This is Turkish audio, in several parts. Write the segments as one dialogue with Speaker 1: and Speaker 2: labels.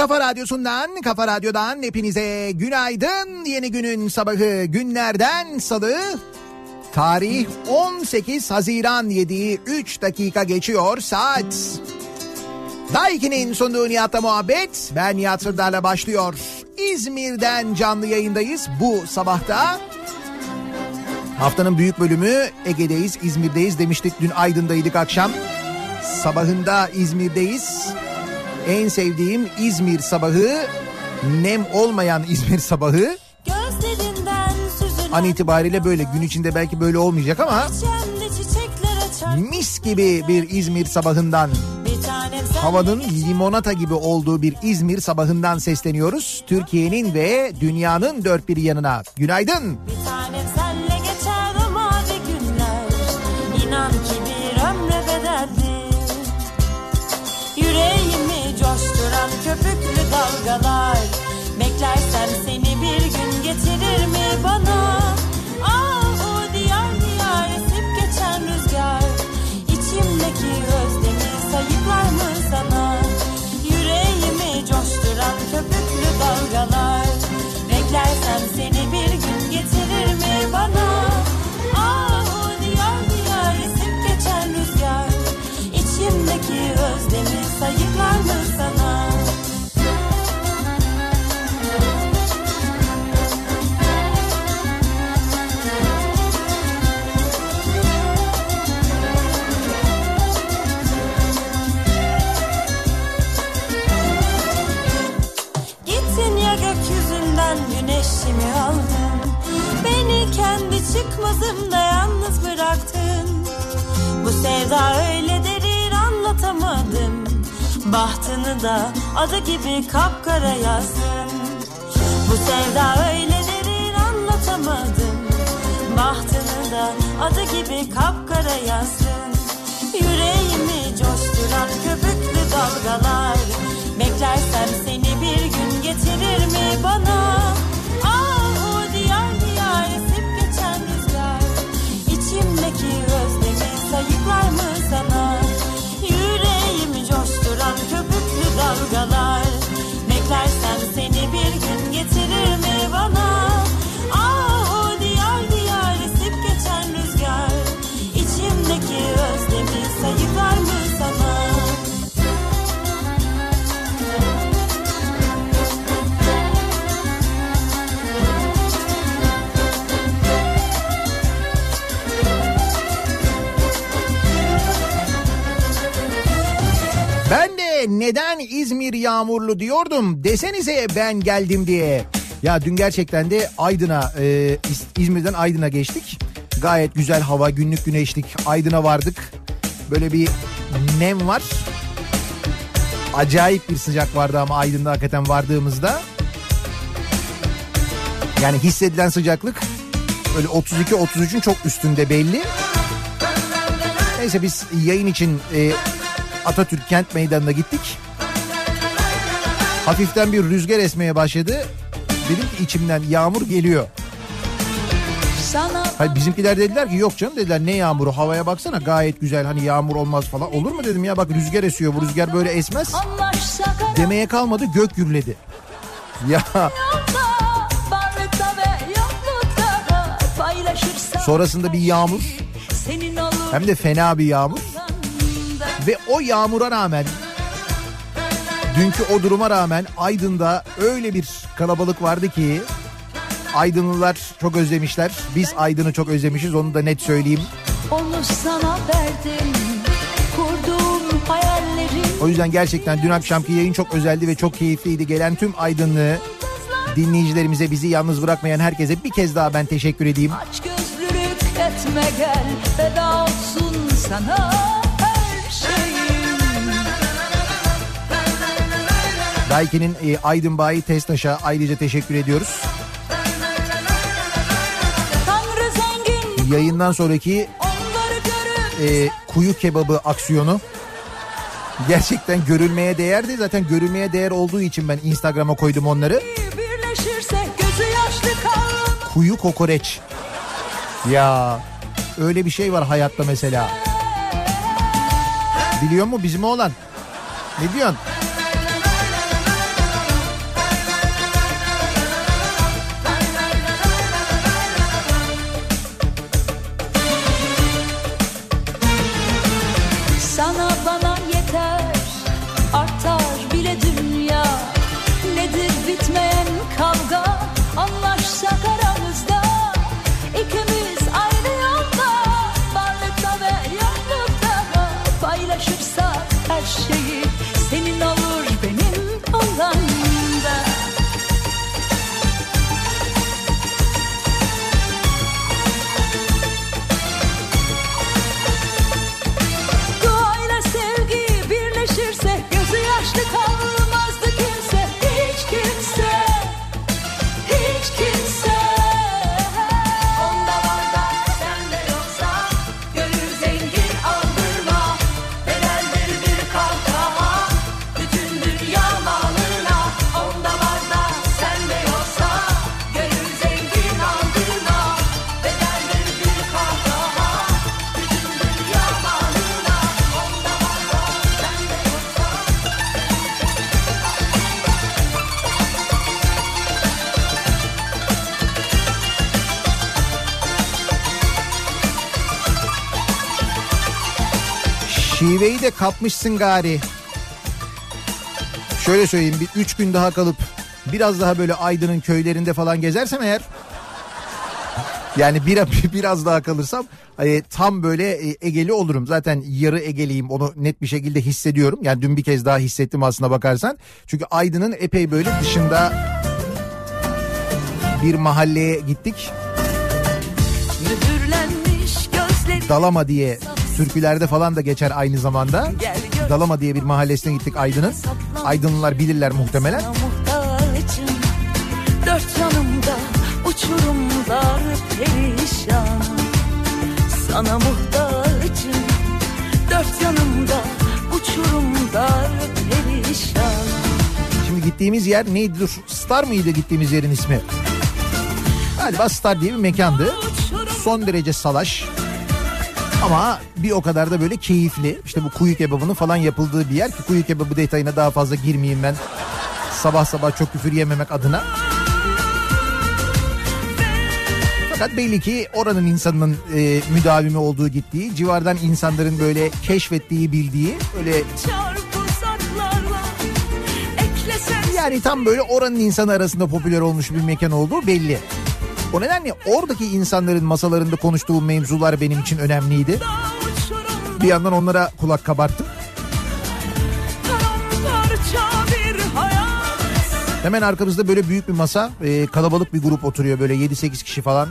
Speaker 1: Kafa Radyosu'ndan, Kafa Radyo'dan hepinize günaydın. Yeni günün sabahı, günlerden salı. Tarih 18 Haziran 7'yi 3 dakika geçiyor saat. Daiki'nin sunduğu Nihat'la muhabbet. Ben Nihat Sırdar'la başlıyor. İzmir'den canlı yayındayız bu sabahta. Haftanın büyük bölümü Ege'deyiz, İzmir'deyiz demiştik. Dün Aydın'daydık akşam. Sabahında İzmir'deyiz. En sevdiğim İzmir sabahı, nem olmayan İzmir sabahı. An itibariyle böyle, gün içinde belki böyle olmayacak ama mis gibi bir İzmir sabahından, havanın limonata gibi olduğu bir İzmir sabahından sesleniyoruz. Türkiye'nin ve dünyanın dört bir yanına. Günaydın.
Speaker 2: Bir tanem senle geçer o mavi günler. İnan ki bir ömre bedeldi. Yüreğimi coşturan köpüklü dalgalar. Beklersem seni bir gün getirir mi bana? O diyar diyar esip geçen rüzgar. İçimdeki özlemi sayıklar mı sana? Yüreğimi coşturan köpüklü dalgalar. Beklersem seni bir gün getirir mi bana? O diyar diyar esip geçen rüzgar. İçimdeki özlemi sayıklar mı sana? Gittin ya gökyüzünden güneşimi aldın. Beni kendi çıkmazımda yalnız bıraktın. Bu sevda öyle derin anlatamadım. Bahtını da adı gibi kapkara yazdın. Bu sevda öyle derin anlatamadım. Bahtını da adı gibi kapkara yazdın. Yüreğimi coşturan köpüklü dalgalar. Beklersem seni bir gün getirir mi bana? O diyar diyar esip geçen rüzgar. İçimdeki özlemi sayıklar mı sana? Yüreğimi coşturan köpüklü dalgalar. Beklersem seni bir gün getirir mi bana? O diyar diyar esip geçen rüzgar. İçimdeki özlemi sayıklar mı sana?
Speaker 1: Ben de neden İzmir yağmurlu diyordum desenize ben geldim diye. Ya dün gerçekten de Aydın'a, İzmir'den Aydın'a geçtik. Gayet güzel hava, günlük güneşlik. Aydın'a vardık. Böyle bir nem var. Acayip bir sıcak vardı ama Aydın'da hakikaten vardığımızda. Yani hissedilen sıcaklık böyle 32-33'ün çok üstünde belli. Neyse biz yayın için Atatürk Kent Meydanı'na gittik. Hafiften bir rüzgar esmeye başladı. Dedim ki içimden yağmur geliyor. Hayır, bizimkiler dediler ki yok canım, dediler ne yağmuru, havaya baksana gayet güzel, hani yağmur olmaz falan. Olur mu dedim ya, bak rüzgar esiyor, bu rüzgar böyle esmez. Demeye kalmadı, gök gürledi. Ya. Sonrasında bir yağmur, hem de fena bir yağmur. Ve o yağmura rağmen, dünkü o duruma rağmen Aydın'da öyle bir kalabalık vardı ki Aydınlılar çok özlemişler. Biz Aydın'ı çok özlemişiz, onu da net söyleyeyim.
Speaker 2: Onu sana verdim, kurduğum hayallerim.
Speaker 1: O yüzden gerçekten dün akşamki yayın çok özeldi ve çok keyifliydi. Gelen tüm Aydınlı dinleyicilerimize, bizi yalnız bırakmayan herkese bir kez daha ben teşekkür edeyim.
Speaker 2: Aç gözlülük etme gel, feda olsun sana her şeyim.
Speaker 1: Daiki'nin Aydın Bayi Testaş'a ayrıca teşekkür ediyoruz. Yayından sonraki kuyu kebabı aksiyonu gerçekten görülmeye değerdi. Zaten görülmeye değer olduğu için ben Instagram'a koydum onları. Kuyu kokoreç. Ya öyle bir şey var hayatta mesela. Biliyor musun bizim oğlan? Ne diyorsun? Şiveyi de kapmışsın gari. Şöyle söyleyeyim, bir 3 gün daha kalıp biraz daha böyle Aydın'ın köylerinde falan gezersem eğer, yani biraz daha kalırsam tam böyle Egeli olurum. Zaten yarı Egeliyim, onu net bir şekilde hissediyorum. Yani dün bir kez daha hissettim aslına bakarsan. Çünkü Aydın'ın epey böyle dışında bir mahalleye gittik. Dalama diye türkülerde falan da geçer aynı zamanda. Dalama diye bir mahallesine gittik Aydın'ın. Aydınlılar bilirler muhtemelen.
Speaker 2: Dört yanımda uçurumlar perişan, sana muhtacım. Dört yanımda uçurumlar perişan.
Speaker 1: Şimdi gittiğimiz yer neydi? Dur, Star mıydı gittiğimiz yerin ismi? Galiba Star diye bir mekandı. Son derece salaş. Ama bir o kadar da böyle keyifli. İşte bu kuyu kebabının falan yapıldığı bir yer ki kuyu kebabı detayına daha fazla girmeyeyim ben. Sabah sabah çok küfür yememek adına. Fakat belli ki oranın insanının müdavimi olduğu, gittiği, civardan insanların böyle keşfettiği, bildiği, öyle yani tam böyle oranın insanı arasında popüler olmuş bir mekan olduğu belli. O nedenle oradaki insanların masalarında konuştuğu mevzular benim için önemliydi. Bir yandan onlara kulak kabarttım. Hemen arkamızda böyle büyük bir masa, kalabalık bir grup oturuyor, böyle 7-8 kişi falan.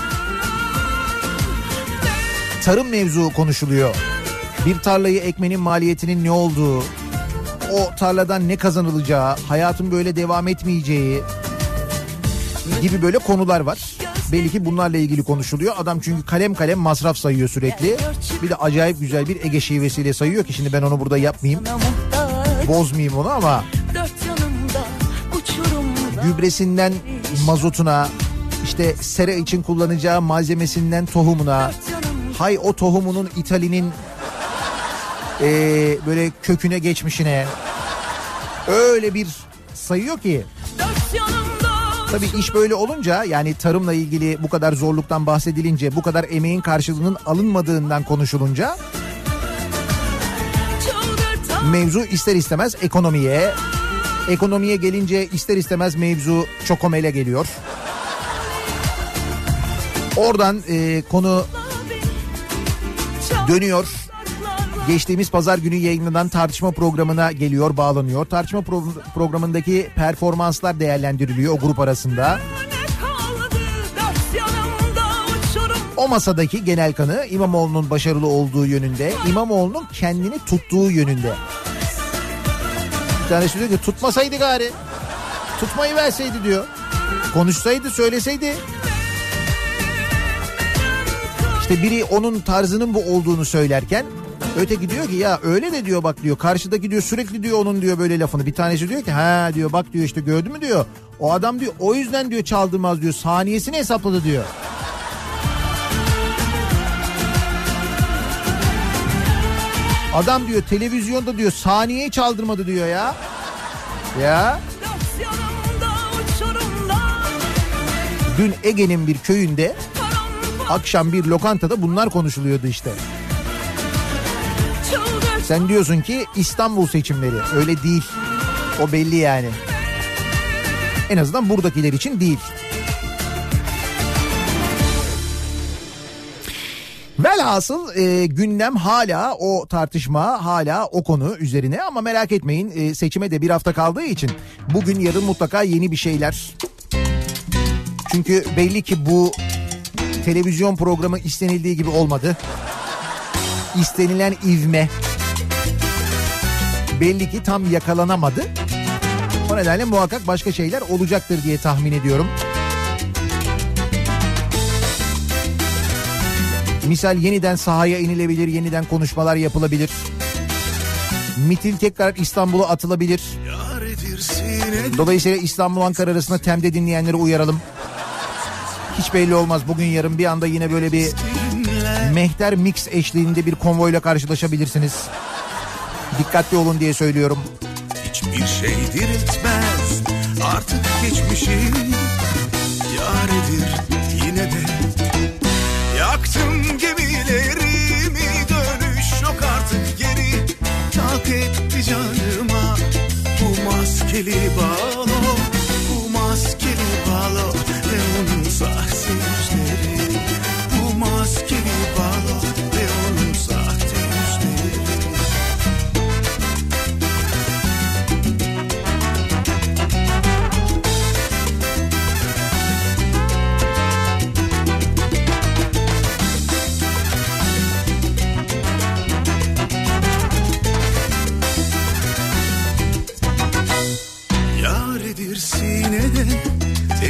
Speaker 1: Tarım mevzu konuşuluyor. Bir tarlayı ekmenin maliyetinin ne olduğu, o tarladan ne kazanılacağı, hayatın böyle devam etmeyeceği gibi böyle konular var. Belli ki bunlarla ilgili konuşuluyor. Adam çünkü kalem kalem masraf sayıyor sürekli. Bir de acayip güzel bir Ege şivesiyle sayıyor ki şimdi ben onu burada yapmayayım. Bozmayayım onu ama gübresinden mazotuna, işte sera için kullanacağı malzemesinden tohumuna, hay o tohumunun ithalinin böyle köküne geçmişine, öyle bir sayıyor ki. Tabii iş böyle olunca, yani tarımla ilgili bu kadar zorluktan bahsedilince, bu kadar emeğin karşılığının alınmadığından konuşulunca mevzu ister istemez ekonomiye. Ekonomiye gelince ister istemez mevzu Çokomel'e geliyor. Oradan konu dönüyor. Geçtiğimiz pazar günü yayınlanan tartışma programına geliyor, bağlanıyor. Tartışma programındaki performanslar değerlendiriliyor o grup arasında. O masadaki genel kanı İmamoğlu'nun başarılı olduğu yönünde, İmamoğlu'nun kendini tuttuğu yönünde. Bir tanesi diyor ki tutmasaydı gari, tutmayı verseydi diyor. Konuşsaydı, söyleseydi. İşte biri onun tarzının bu olduğunu söylerken öteki diyor ki ya öyle de diyor, bak diyor, karşıdaki diyor sürekli diyor onun diyor böyle lafını. Bir tanesi diyor ki ha diyor, bak diyor işte gördün mü diyor. O adam diyor o yüzden diyor çaldırmaz diyor, saniyesini hesapladı diyor. Adam diyor televizyonda diyor saniyeyi çaldırmadı diyor ya. Ya. Dün Ege'nin bir köyünde akşam bir lokantada bunlar konuşuluyordu işte. Sen diyorsun ki İstanbul seçimleri, öyle değil. O belli yani. En azından buradakiler için değil. Velhasıl gündem hala o tartışma, hala o konu üzerine, ama merak etmeyin seçime de bir hafta kaldığı için bugün yarın mutlaka yeni bir şeyler. Çünkü belli ki bu televizyon programı istenildiği gibi olmadı. İstenilen ivme belli ki tam yakalanamadı. O nedenle muhakkak başka şeyler olacaktır diye tahmin ediyorum. Misal yeniden sahaya inilebilir, yeniden konuşmalar yapılabilir. Miting tekrar İstanbul'a atılabilir. Dolayısıyla İstanbul-Ankara arasında TEM'de dinleyenleri uyaralım. Hiç belli olmaz, bugün yarın bir anda yine böyle bir Mehter Mix eşliğinde bir konvoyla karşılaşabilirsiniz. Dikkatli olun diye söylüyorum.
Speaker 3: Hiçbir şey diriltmez artık geçmişim, yaredir yine de. Yaktım gemilerimi, dönüş yok artık geri.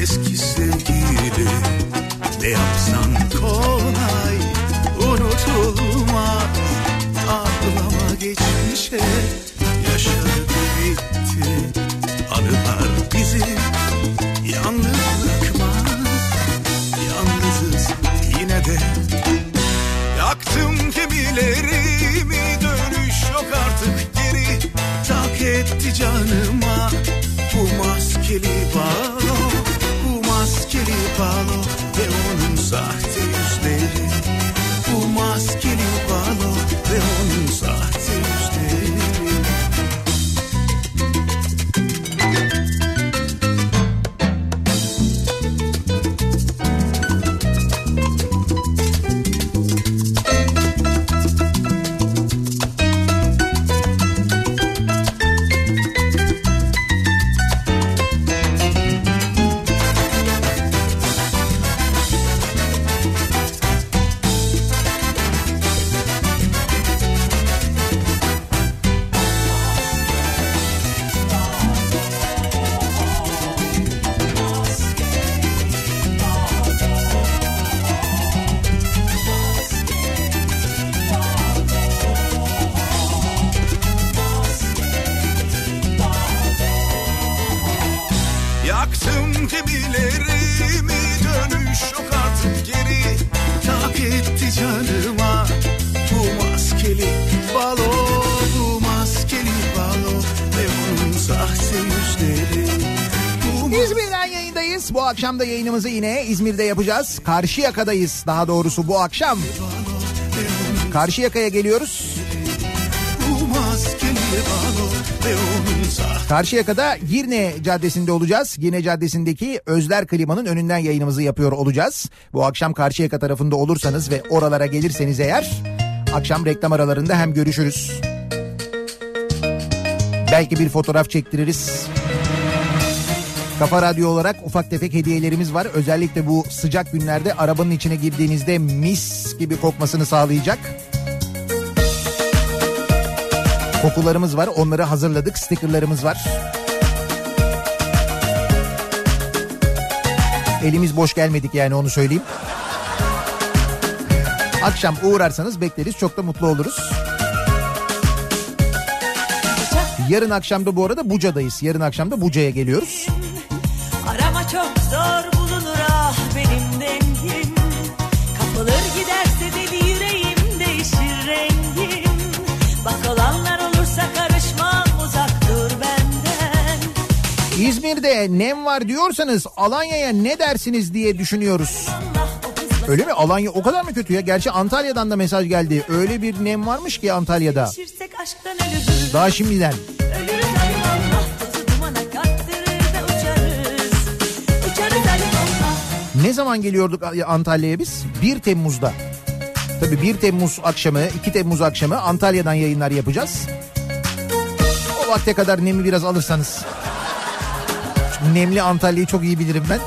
Speaker 3: eski sevgili. Ne yapsan kolay unutulmaz. Ağlama geçmişe, yaşadık bitti. Anılar bizi yalnız bırakmaz. Yalnızız yine de. Yaktım gemilerimi, dönüş yok artık geri. Tak etti canıma bu maskeli balo, bu maskeli balo ve onun sahte yüzleri. Bu maskeli balo ve onun sahte yüzleri.
Speaker 1: Bu akşam da yayınımızı yine İzmir'de yapacağız. Karşıyaka'dayız daha doğrusu bu akşam. Karşıyaka'ya geliyoruz. Karşıyaka'da Girne Caddesi'nde olacağız. Girne Caddesi'ndeki Özler Klima'nın önünden yayınımızı yapıyor olacağız. Bu akşam Karşıyaka tarafında olursanız ve oralara gelirseniz eğer akşam reklam aralarında hem görüşürüz. Belki bir fotoğraf çektiririz. Kafa Radyo olarak ufak tefek hediyelerimiz var. Özellikle bu sıcak günlerde arabanın içine girdiğinizde mis gibi kokmasını sağlayacak kokularımız var. Onları hazırladık. Stickerlarımız var. Elimiz boş gelmedik yani, onu söyleyeyim. Akşam uğrarsanız bekleriz. Çok da mutlu oluruz. Yarın akşam da bu arada Buca'dayız. Yarın akşam da Buca'ya geliyoruz.
Speaker 2: Arama çok zor bulunur ah benim dengim. Kapılır giderse deli yüreğim, değişir rengim. Bak olanlar olursa karışmam, uzak dur benden.
Speaker 1: İzmir'de nem var diyorsanız Alanya'ya ne dersiniz diye düşünüyoruz. Öyle mi? Alanya o kadar mı kötü ya? Gerçi Antalya'dan da mesaj geldi. Öyle bir nem varmış ki Antalya'da. Daha şimdiden. Ne zaman geliyorduk Antalya'ya biz? 1 Temmuz'da. Tabii 1 Temmuz akşamı, 2 Temmuz akşamı Antalya'dan yayınlar yapacağız. O vakte kadar nemi biraz alırsanız. Çünkü nemli Antalya'yı çok iyi bilirim ben.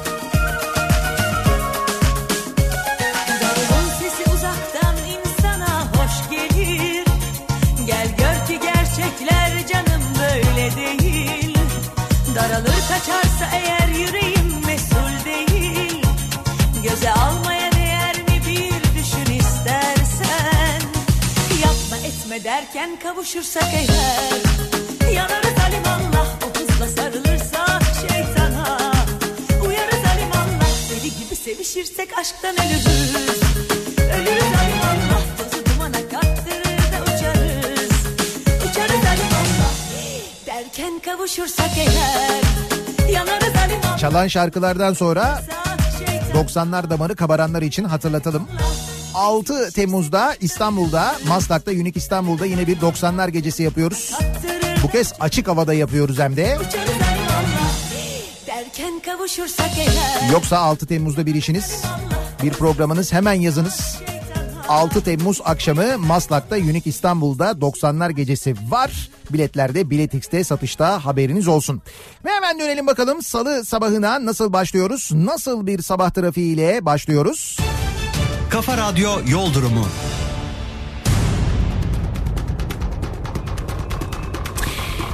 Speaker 2: Daralır kaçarsa eğer yüreğim mesul değil. Göze almaya değer mi bir düşün istersen. Yapma etme derken kavuşursak eğer. Yanarız alimallah o hızla sarılırsa şeytana. Uyarız alimallah deli gibi sevişirsek aşktan ölürüz. Ölürüz alimallah tozu dumana kattırır da uçarız. Uçarız alimallah derken kavuşursak eğer.
Speaker 1: Çalan şarkılardan sonra 90'lar damarı kabaranlar için hatırlatalım. 6 Temmuz'da İstanbul'da, Maslak'ta, Unique İstanbul'da yine bir 90'lar gecesi yapıyoruz. Bu kez açık havada yapıyoruz hem de. Yoksa 6 Temmuz'da bir işiniz, bir programınız, hemen yazınız. 6 Temmuz akşamı Maslak'ta Unique İstanbul'da 90'lar gecesi var. Biletler de Biletix'te satışta, haberiniz olsun. Ve hemen dönelim bakalım salı sabahına nasıl başlıyoruz? Nasıl bir sabah trafiğiyle başlıyoruz?
Speaker 4: Kafa Radyo Yol Durumu.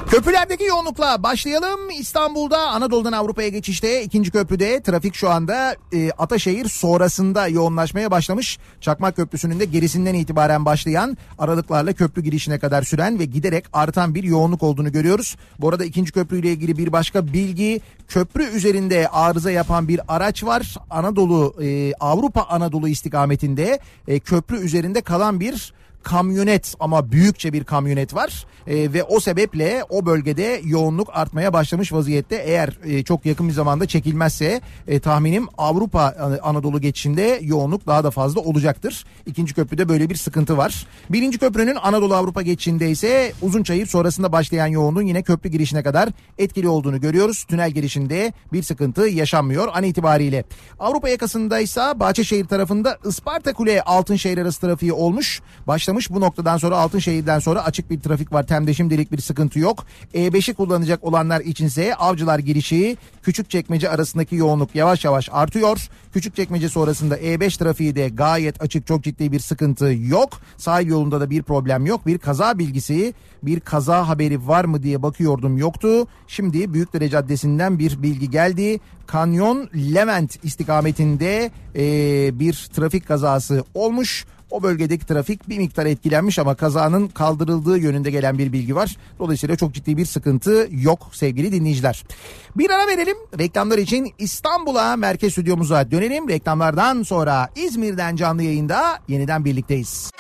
Speaker 1: Köprülerdeki yoğunlukla başlayalım. İstanbul'da Anadolu'dan Avrupa'ya geçişte ikinci köprüde trafik şu anda Ataşehir sonrasında yoğunlaşmaya başlamış. Çakmak Köprüsü'nün de gerisinden itibaren başlayan, aralıklarla köprü girişine kadar süren ve giderek artan bir yoğunluk olduğunu görüyoruz. Bu arada ikinci köprüyle ilgili bir başka bilgi: köprü üzerinde arıza yapan bir araç var. Avrupa Anadolu istikametinde köprü üzerinde kalan bir kamyonet, ama büyükçe bir kamyonet var ve o sebeple o bölgede yoğunluk artmaya başlamış vaziyette. Eğer çok yakın bir zamanda çekilmezse tahminim Avrupa Anadolu geçişinde yoğunluk daha da fazla olacaktır. İkinci köprüde böyle bir sıkıntı var. Birinci köprünün Anadolu Avrupa geçişinde ise Uzunçayır sonrasında başlayan yoğunluğun yine köprü girişine kadar etkili olduğunu görüyoruz. Tünel girişinde bir sıkıntı yaşanmıyor an itibariyle. Avrupa yakasındaysa Bahçeşehir tarafında Isparta Kule Altınşehir arası trafiği olmuş. Başlamış bu noktadan sonra, Altınşehir'den sonra açık bir trafik var. Temde şimdilik bir sıkıntı yok. E5'i kullanacak olanlar içinse Avcılar girişi Küçükçekmece arasındaki yoğunluk yavaş yavaş artıyor. Küçükçekmece sonrasında E5 trafiği de gayet açık, çok ciddi bir sıkıntı yok. Sahil yolunda da bir problem yok. Bir kaza bilgisi, bir kaza haberi var mı diye bakıyordum, yoktu. Şimdi Büyükdere Caddesi'nden bir bilgi geldi. Kanyon Levent istikametinde bir trafik kazası olmuş. O bölgedeki trafik bir miktar etkilenmiş ama kazanın kaldırıldığı yönünde gelen bir bilgi var. Dolayısıyla çok ciddi bir sıkıntı yok sevgili dinleyiciler. Bir ara verelim. Reklamlar için İstanbul'a, merkez stüdyomuza dönelim. Reklamlardan sonra İzmir'den canlı yayında yeniden birlikteyiz.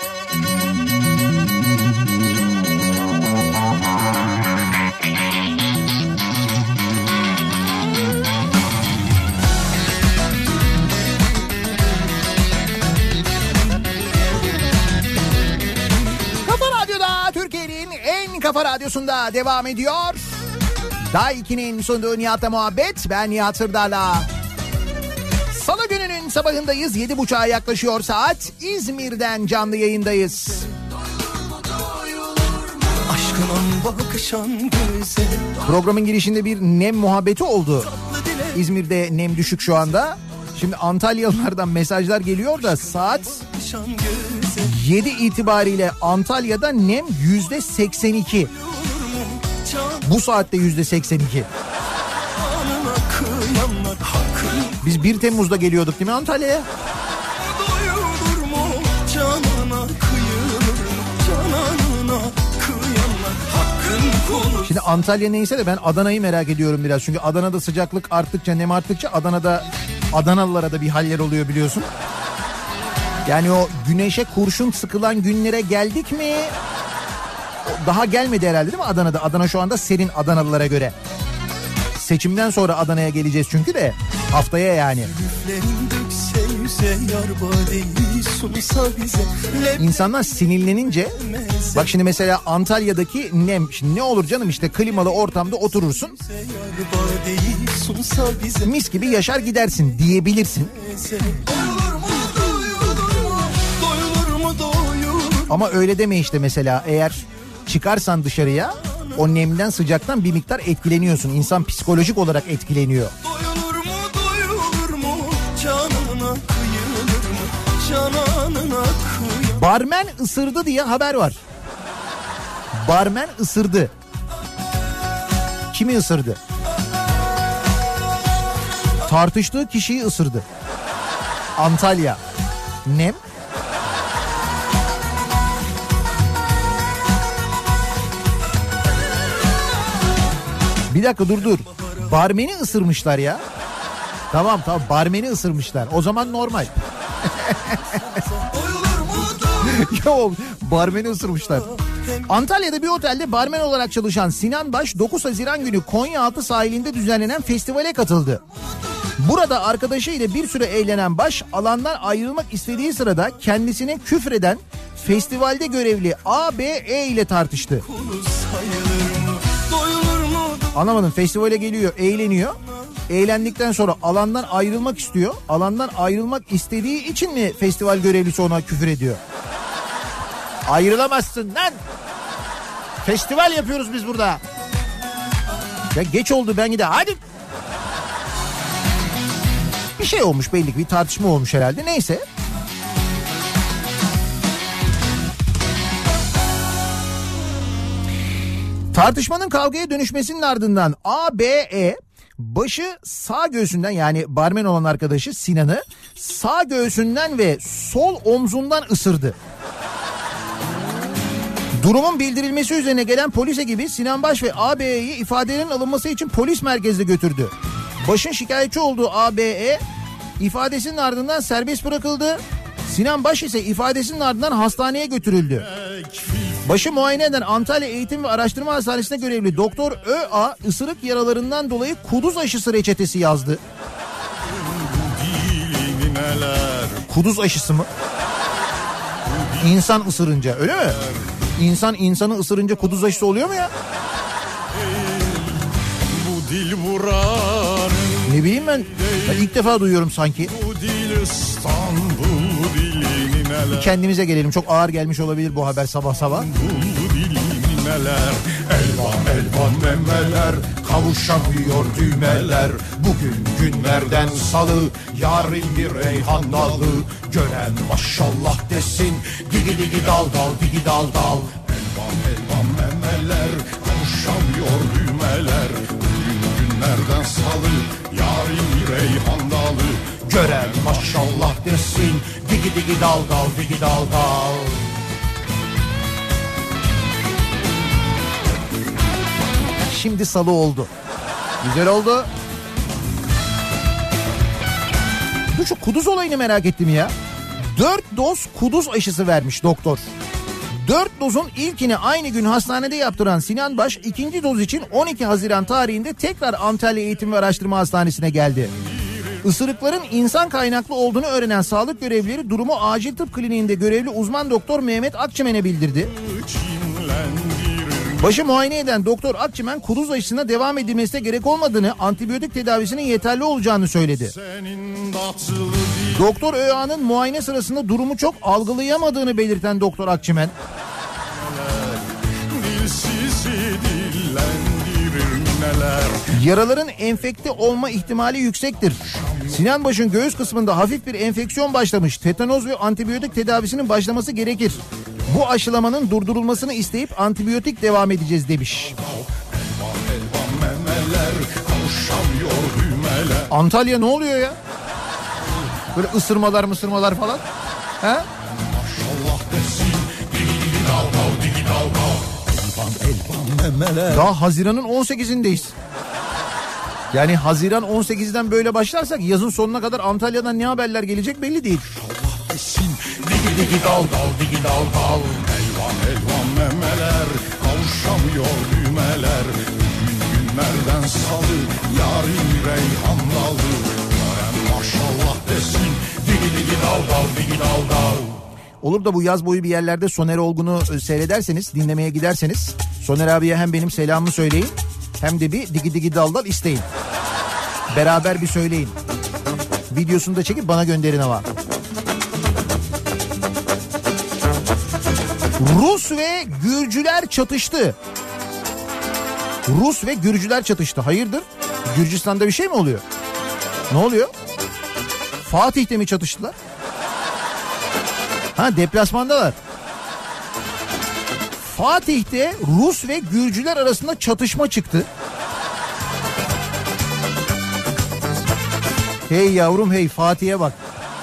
Speaker 1: Kafa Radyosu'nda devam ediyor. Daiki'nin sunduğu Nihat'la muhabbet. Ben Nihat Sırdar'la. Salı gününün sabahındayız. 7.30'a yaklaşıyor saat. İzmir'den canlı yayındayız. Programın girişinde bir nem muhabbeti oldu. İzmir'de nem düşük şu anda. Şimdi Antalyalılardan mesajlar geliyor da saat 7 itibariyle Antalya'da nem %82. Bu saatte %82. Biz 1 Temmuz'da geliyorduk değil mi Antalya'ya? Şimdi Antalya neyse de ben Adana'yı merak ediyorum biraz. Çünkü Adana'da sıcaklık arttıkça, nem arttıkça Adanalılara da bir haller oluyor biliyorsun. Yani o güneşe kurşun sıkılan günlere geldik mi? Daha gelmedi herhalde değil mi Adana'da? Adana şu anda serin Adanalılara göre. Seçimden sonra Adana'ya geleceğiz çünkü de haftaya yani. İnsanlar sinirlenince, bak şimdi mesela Antalya'daki nem, şimdi ne olur canım, işte klimalı ortamda oturursun, mis gibi yaşar gidersin diyebilirsin. Ama öyle deme işte, mesela eğer çıkarsan dışarıya o nemden, sıcaktan bir miktar etkileniyorsun. İnsan psikolojik olarak etkileniyor. Barmen ısırdı diye haber var. Barmen ısırdı. Kimi ısırdı? Tartıştığı kişiyi ısırdı. Antalya. Nem. Bir dakika dur. Barmeni ısırmışlar ya. Tamam barmeni ısırmışlar. O zaman normal. Yok, barmeni ısırmışlar. Antalya'da bir otelde barmen olarak çalışan Sinan Baş 9 Haziran günü Konyaaltı sahilinde düzenlenen festivale katıldı. Burada arkadaşıyla bir süre eğlenen Baş alandan ayrılmak istediği sırada kendisine küfreden festivalde görevli A, B, E ile tartıştı. Anlamadım, festivale geliyor, eğleniyor. Eğlendikten sonra alandan ayrılmak istiyor. Alandan ayrılmak istediği için mi festival görevlisi ona küfür ediyor? Ayrılamazsın lan. Festival yapıyoruz biz burada. Ya geç oldu, ben gidelim. Hadi. Bir şey olmuş belli ki, bir tartışma olmuş herhalde. Neyse. Tartışmanın kavgaya dönüşmesinin ardından ABE başı sağ göğsünden, yani barmen olan arkadaşı Sinan'ı sağ göğsünden ve sol omzundan ısırdı. Durumun bildirilmesi üzerine gelen polis ekibi Sinan Baş ve ABE'yi ifadelerin alınması için polis merkezine götürdü. Başın şikayetçi olduğu ABE ifadesinin ardından serbest bırakıldı. Sinan Baş ise ifadesinin ardından hastaneye götürüldü. Başı muayene eden Antalya Eğitim ve Araştırma Hastanesi'ne görevli Doktor ÖA ısırık yaralarından dolayı kuduz aşısı reçetesi yazdı. Kuduz aşısı mı? İnsan ısırınca, öyle mi? İnsanı ısırınca kuduz aşısı oluyor mu ya?
Speaker 3: Bu dil vuran,
Speaker 1: Ne bileyim ben ilk defa duyuyorum sanki.
Speaker 3: bu dil İstanbul dilini neler.
Speaker 1: Kendimize gelelim, çok ağır gelmiş olabilir bu haber sabah sabah.
Speaker 3: Bu dilini neler. Elvan elvan memeler, kavuşamıyor düğmeler. Bugün günlerden salı, yarın bir reyhan dalı. Gören maşallah desin, digi digi dal dal, digi dal dal. Elvan elvan memeler, kavuşamıyor düğmeler. Bugün günlerden salı, yarın bir reyhan dalı. Gören maşallah desin, digi digi dal dal, digi dal dal.
Speaker 1: Şimdi salı oldu. Güzel oldu. Bu şu kuduz olayını merak ettim ya. 4 doz kuduz aşısı vermiş doktor. 4 dozun ilkini aynı gün hastanede yaptıran Sinan Baş, ikinci doz için 12 Haziran tarihinde tekrar Antalya Eğitim ve Araştırma Hastanesi'ne geldi. Isırıkların insan kaynaklı olduğunu öğrenen sağlık görevlileri durumu acil tıp kliniğinde görevli uzman doktor Mehmet Akçemen'e bildirdi. Başı muayene eden Doktor Akçemen kuduz aşısına devam edilmesine gerek olmadığını, antibiyotik tedavisinin yeterli olacağını söyledi. Doktor ÖA'nın muayene sırasında durumu çok algılayamadığını belirten Doktor Akçemen, yaraların enfekte olma ihtimali yüksektir. Sinan Baş'ın göğüs kısmında hafif bir enfeksiyon başlamış. Tetanoz ve antibiyotik tedavisinin başlaması gerekir. Bu aşılamanın durdurulmasını isteyip antibiyotik devam edeceğiz demiş. Antalya ne oluyor ya? Böyle ısırmalar falan. He? Daha Haziran'ın 18'indeyiz. Yani Haziran 18'den böyle başlarsak yazın sonuna kadar Antalya'dan ne haberler gelecek belli değil.
Speaker 3: Digi digi dal dal, digi dal dal. Elvan elvan memeler, kavuşamıyor düğmeler. Günlerden salı, yarın reyhan dalı. Gören maşallah desin, digi digi dal dal, digi dal dal.
Speaker 1: Olur da bu yaz boyu bir yerlerde Soner Olgun'u seyrederseniz, dinlemeye giderseniz Soner abiye hem benim selamımı söyleyin hem de bir digi digi dal dal isteyin. Beraber bir söyleyin. Videosunu da çekip bana gönderin ama. Rus ve Gürcüler çatıştı. Rus ve Gürcüler çatıştı. Hayırdır? Gürcistan'da bir şey mi oluyor? Ne oluyor? Fatih'te mi çatıştılar? Ha, deplasmandalar. Fatih'te Rus ve Gürcüler arasında çatışma çıktı. Hey yavrum hey, Fatih'e bak.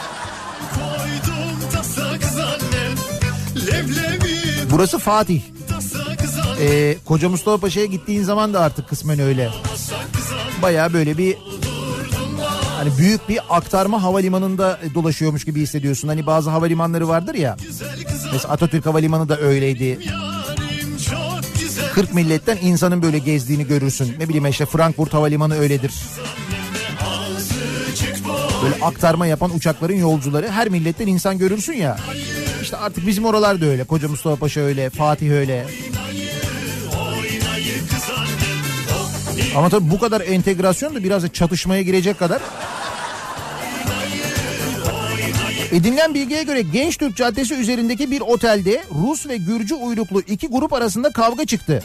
Speaker 1: Burası Fatih. Koca Mustafa Paşa'ya gittiğin zaman da artık kısmen öyle. Baya böyle bir hani büyük bir aktarma havalimanında dolaşıyormuş gibi hissediyorsun. Hani bazı havalimanları vardır ya. Mesela Atatürk Havalimanı da öyleydi. 40 milletten insanın böyle gezdiğini görürsün. Ne bileyim işte Frankfurt Havalimanı öyledir. Böyle aktarma yapan uçakların yolcuları, her milletten insan görürsün ya. İşte artık bizim oralar da öyle. Koca Mustafa Paşa öyle, Fatih öyle. Ama tabii bu kadar entegrasyon da biraz da çatışmaya girecek kadar. Edinilen bilgiye göre Gençtürk Caddesi üzerindeki bir otelde Rus ve Gürcü uyruklu iki grup arasında kavga çıktı.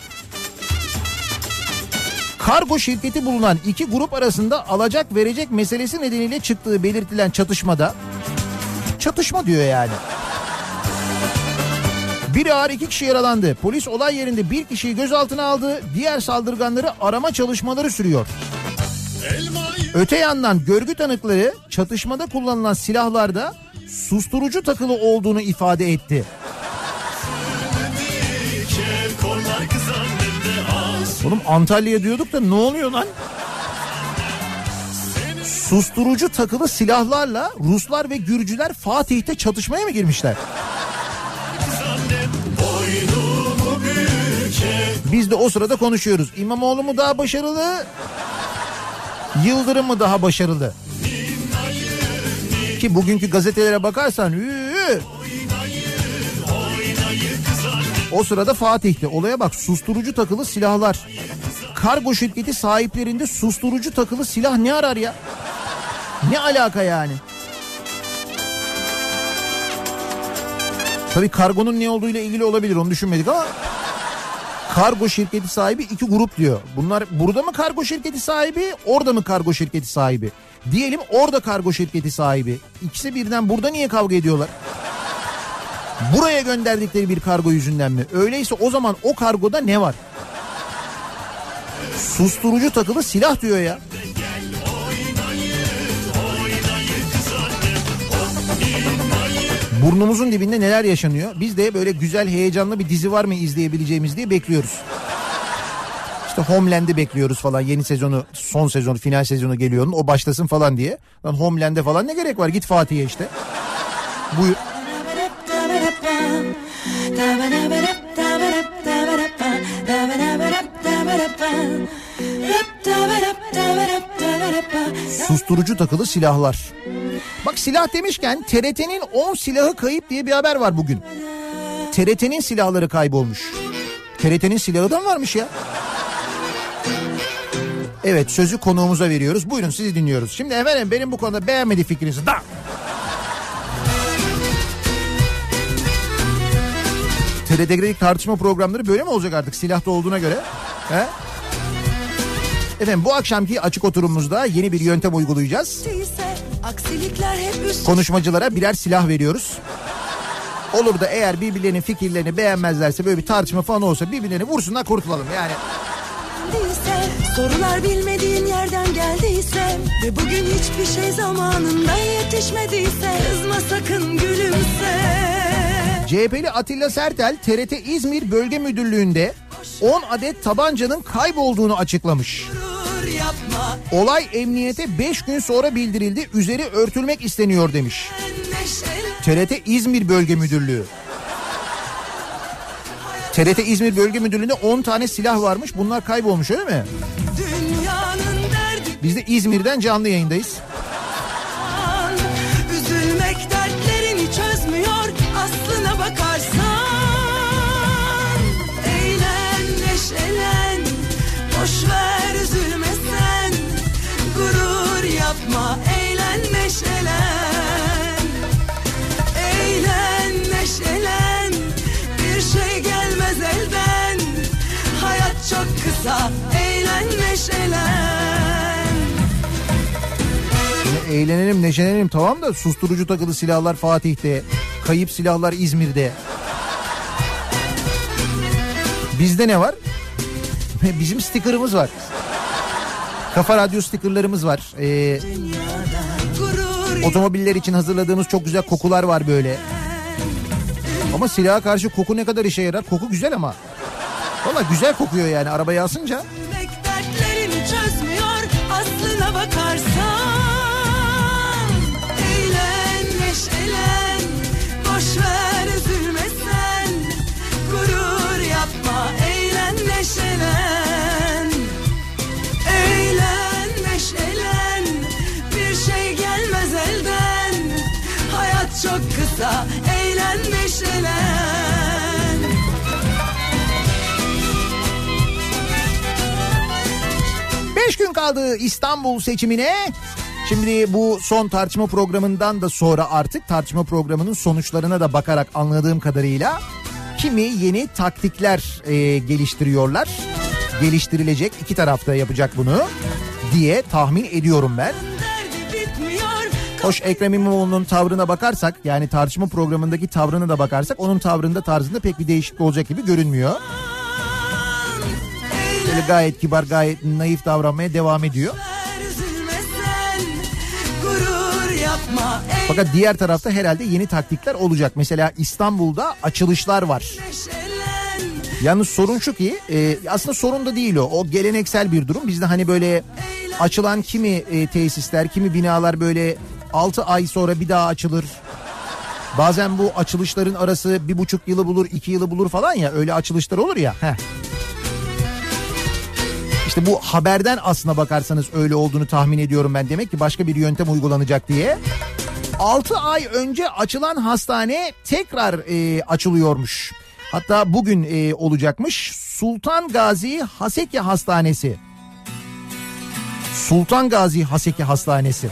Speaker 1: Kargo şirketi bulunan iki grup arasında alacak verecek meselesi nedeniyle çıktığı belirtilen çatışmada, çatışma diyor yani. Bir ağır 2 kişi yaralandı. Polis olay yerinde bir kişiyi gözaltına aldı. Diğer saldırganları arama çalışmaları sürüyor. Öte yandan görgü tanıkları çatışmada kullanılan silahlarda susturucu takılı olduğunu ifade etti. Oğlum Antalya diyorduk da ne oluyor lan? Susturucu takılı silahlarla Ruslar ve Gürcüler Fatih'te çatışmaya mı girmişler? Biz de o sırada konuşuyoruz. İmamoğlu mu daha başarılı? Yıldırım mı daha başarılı? Ki bugünkü gazetelere bakarsan o sırada Fatih'te. Olaya bak, susturucu takılı silahlar. Kargo şirketi sahiplerinde susturucu takılı silah ne arar ya? Ne alaka yani? Tabii kargonun ne olduğuyla ilgili olabilir, onu düşünmedik ama kargo şirketi sahibi 2 grup diyor. Bunlar burada mı kargo şirketi sahibi, orada mı kargo şirketi sahibi? Diyelim orada kargo şirketi sahibi. İkisi birden burada niye kavga ediyorlar? Buraya gönderdikleri bir kargo yüzünden mi? Öyleyse o zaman o kargoda ne var? Susturucu takılı silah diyor ya. Burnumuzun dibinde neler yaşanıyor? Biz de böyle güzel, heyecanlı bir dizi var mı izleyebileceğimiz diye bekliyoruz. İşte Homeland'i bekliyoruz falan, yeni sezonu, son sezonu, final sezonu geliyor, o başlasın falan diye. Lan Homeland'e falan ne gerek var? Git Fatih'e işte. Buyur. Susturucu takılı silahlar. Bak, silah demişken TRT'nin 10 silahı kayıp diye bir haber var bugün. TRT'nin silahları kaybolmuş. TRT'nin silahı da mı varmış ya? Evet, sözü konuğumuza veriyoruz. Buyurun, sizi dinliyoruz. Şimdi efendim, benim bu konuda beğenmediği fikrinizi da... TRT'deki tartışma programları böyle mi olacak artık silahta olduğuna göre? He? Efendim, bu akşamki açık oturumumuzda yeni bir yöntem uygulayacağız. Konuşmacılara birer silah veriyoruz. Olur da eğer birbirlerinin fikirlerini beğenmezlerse, böyle bir tartışma falan olsa, birbirlerini vursunlar, kurtulalım yani.
Speaker 5: Sorular bilmediğin yerden geldiyse ve bugün hiçbir şey zamanında yetişmediyse, kızma sakın, gülümse.
Speaker 1: CHP'li Atilla Sertel TRT İzmir Bölge Müdürlüğü'nde 10 adet tabancanın kaybolduğunu açıklamış. Olay emniyete 5 gün sonra bildirildi. Üzeri örtülmek isteniyor demiş. TRT İzmir Bölge Müdürlüğü. TRT İzmir Bölge Müdürlüğü'nde 10 tane silah varmış. Bunlar kaybolmuş, öyle mi? Biz de İzmir'den canlı yayındayız.
Speaker 5: Üzülmek dertlerini çözmüyor aslına bakarsan. Eğlen, neşelen, boşver üzülme sen. Gurur yapma, eğlen, neşelen. Eğlen, neşelen, bir şey gelmez elden. Hayat çok kısa, eğlen, neşelen.
Speaker 1: Eğlenelim, neşelenelim, tamam da susturucu takılı silahlar Fatih'te, kayıp silahlar İzmir'de. Bizde ne var? Bizim stikerimiz var. Kafa Radyo stikerlerimiz var. Otomobiller için hazırladığımız çok güzel kokular var böyle. Ama silaha karşı koku ne kadar işe yarar? Koku güzel ama. Valla güzel kokuyor yani arabaya asınca.
Speaker 5: Dertlerini çözmüyor aslına bakarsan. Eğlen, neşelen, boşver üzülme sen. Gurur yapma, eğlen, neşelen. Eğlen, neşelen, bir şey gelmez elden. Hayat çok kısa, eğlen, neşelen.
Speaker 1: 5 gün kaldı İstanbul seçimine. Şimdi bu son tartışma programından da sonra artık tartışma programının sonuçlarına da bakarak anladığım kadarıyla kimi yeni taktikler geliştiriyorlar. Geliştirilecek, iki tarafta yapacak bunu diye tahmin ediyorum ben. Hoş Ekrem İmamoğlu'nun tavrına bakarsak, yani tartışma programındaki tavrına da bakarsak, onun tavrında, tarzında pek bir değişiklik olacak gibi görünmüyor. Böyle gayet kibar, gayet naif davranmaya devam ediyor. Fakat diğer tarafta herhalde yeni taktikler olacak. Mesela İstanbul'da açılışlar var. Yalnız sorun şu ki aslında sorun da değil o. O geleneksel bir durum. Bizde hani böyle açılan kimi tesisler, kimi binalar böyle 6 ay sonra bir daha açılır. Bazen bu açılışların arası 1,5 yılı bulur, 2 yılı bulur falan ya. Öyle açılışlar olur ya. İşte bu haberden aslına bakarsanız öyle olduğunu tahmin ediyorum ben. Demek ki başka bir yöntem uygulanacak diye. 6 ay önce açılan hastane tekrar açılıyormuş. Hatta bugün olacakmış. Sultan Gazi Haseki Hastanesi. Sultan Gazi Haseki Hastanesi.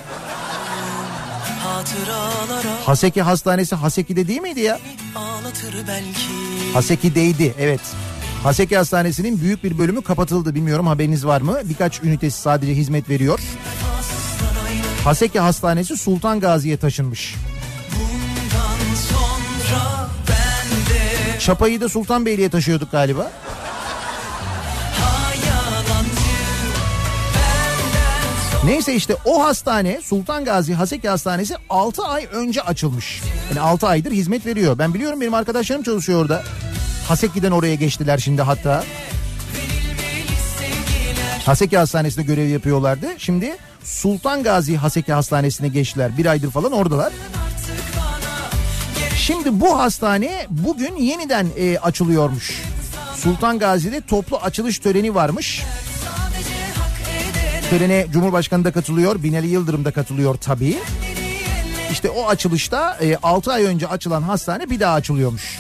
Speaker 1: Haseki Hastanesi Haseki'de değil miydi ya? Haseki'deydi, evet. Haseki Hastanesi'nin büyük bir bölümü kapatıldı. Bilmiyorum haberiniz var mı? Birkaç ünitesi sadece hizmet veriyor. Haseki Hastanesi Sultan Gazi'ye taşınmış. Çapayı da Sultanbeyli'ye taşıyorduk galiba. Neyse işte o hastane, Sultan Gazi Haseki Hastanesi 6 ay önce açılmış. Yani 6 aydır hizmet veriyor. Ben biliyorum, benim arkadaşlarım çalışıyor orada. Haseki'den oraya geçtiler şimdi hatta. Haseki Hastanesi'nde görev yapıyorlardı. Şimdi Sultan Gazi Haseki Hastanesi'ne geçtiler. 1 aydır falan oradalar. Şimdi bu hastane bugün yeniden açılıyormuş. Sultan Gazi'de toplu açılış töreni varmış. Törene Cumhurbaşkanı da katılıyor, Binali Yıldırım da katılıyor tabii. İşte o açılışta 6 ay önce açılan hastane bir daha açılıyormuş.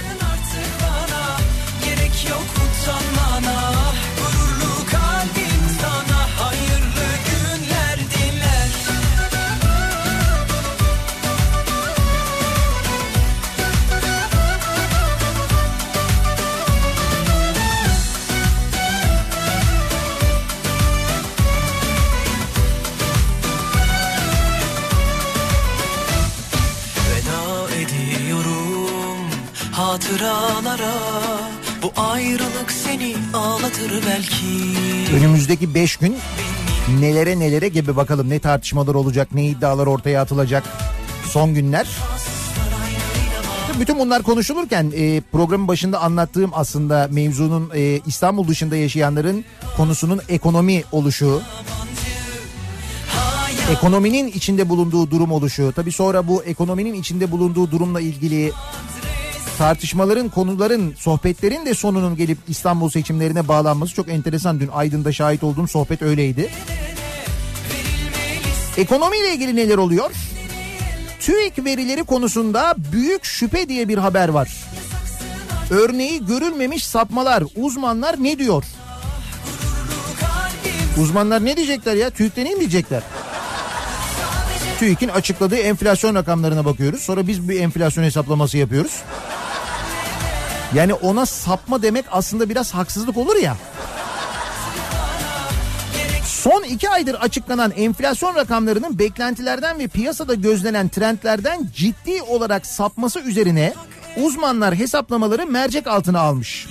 Speaker 6: Hatıralara bu ayrılık seni ağlatır belki.
Speaker 1: Önümüzdeki 5 gün nelere nelere gebe bakalım, ne tartışmalar olacak, ne iddialar ortaya atılacak son günler. Bütün bunlar konuşulurken programın başında anlattığım aslında mevzunun İstanbul dışında yaşayanların konusunun ekonomi oluşu. Ekonominin içinde bulunduğu durum oluşu. Tabii sonra bu ekonominin içinde bulunduğu durumla ilgili tartışmaların, konuların, sohbetlerin de sonunun gelip İstanbul seçimlerine bağlanması çok enteresan. Dün Aydın'da şahit olduğum sohbet öyleydi. Ekonomiyle ilgili neler oluyor? TÜİK verileri konusunda büyük şüphe diye bir haber var. Örneği görülmemiş sapmalar. Uzmanlar ne diyor? Uzmanlar ne diyecekler ya? TÜİK'te ne diyecekler? TÜİK'in açıkladığı enflasyon rakamlarına bakıyoruz. Sonra biz bir enflasyon hesaplaması yapıyoruz. Yani ona sapma demek aslında biraz haksızlık olur ya. Son 2 aydır açıklanan enflasyon rakamlarının beklentilerden ve piyasada gözlenen trendlerden ciddi olarak sapması üzerine uzmanlar hesaplamaları mercek altına almış.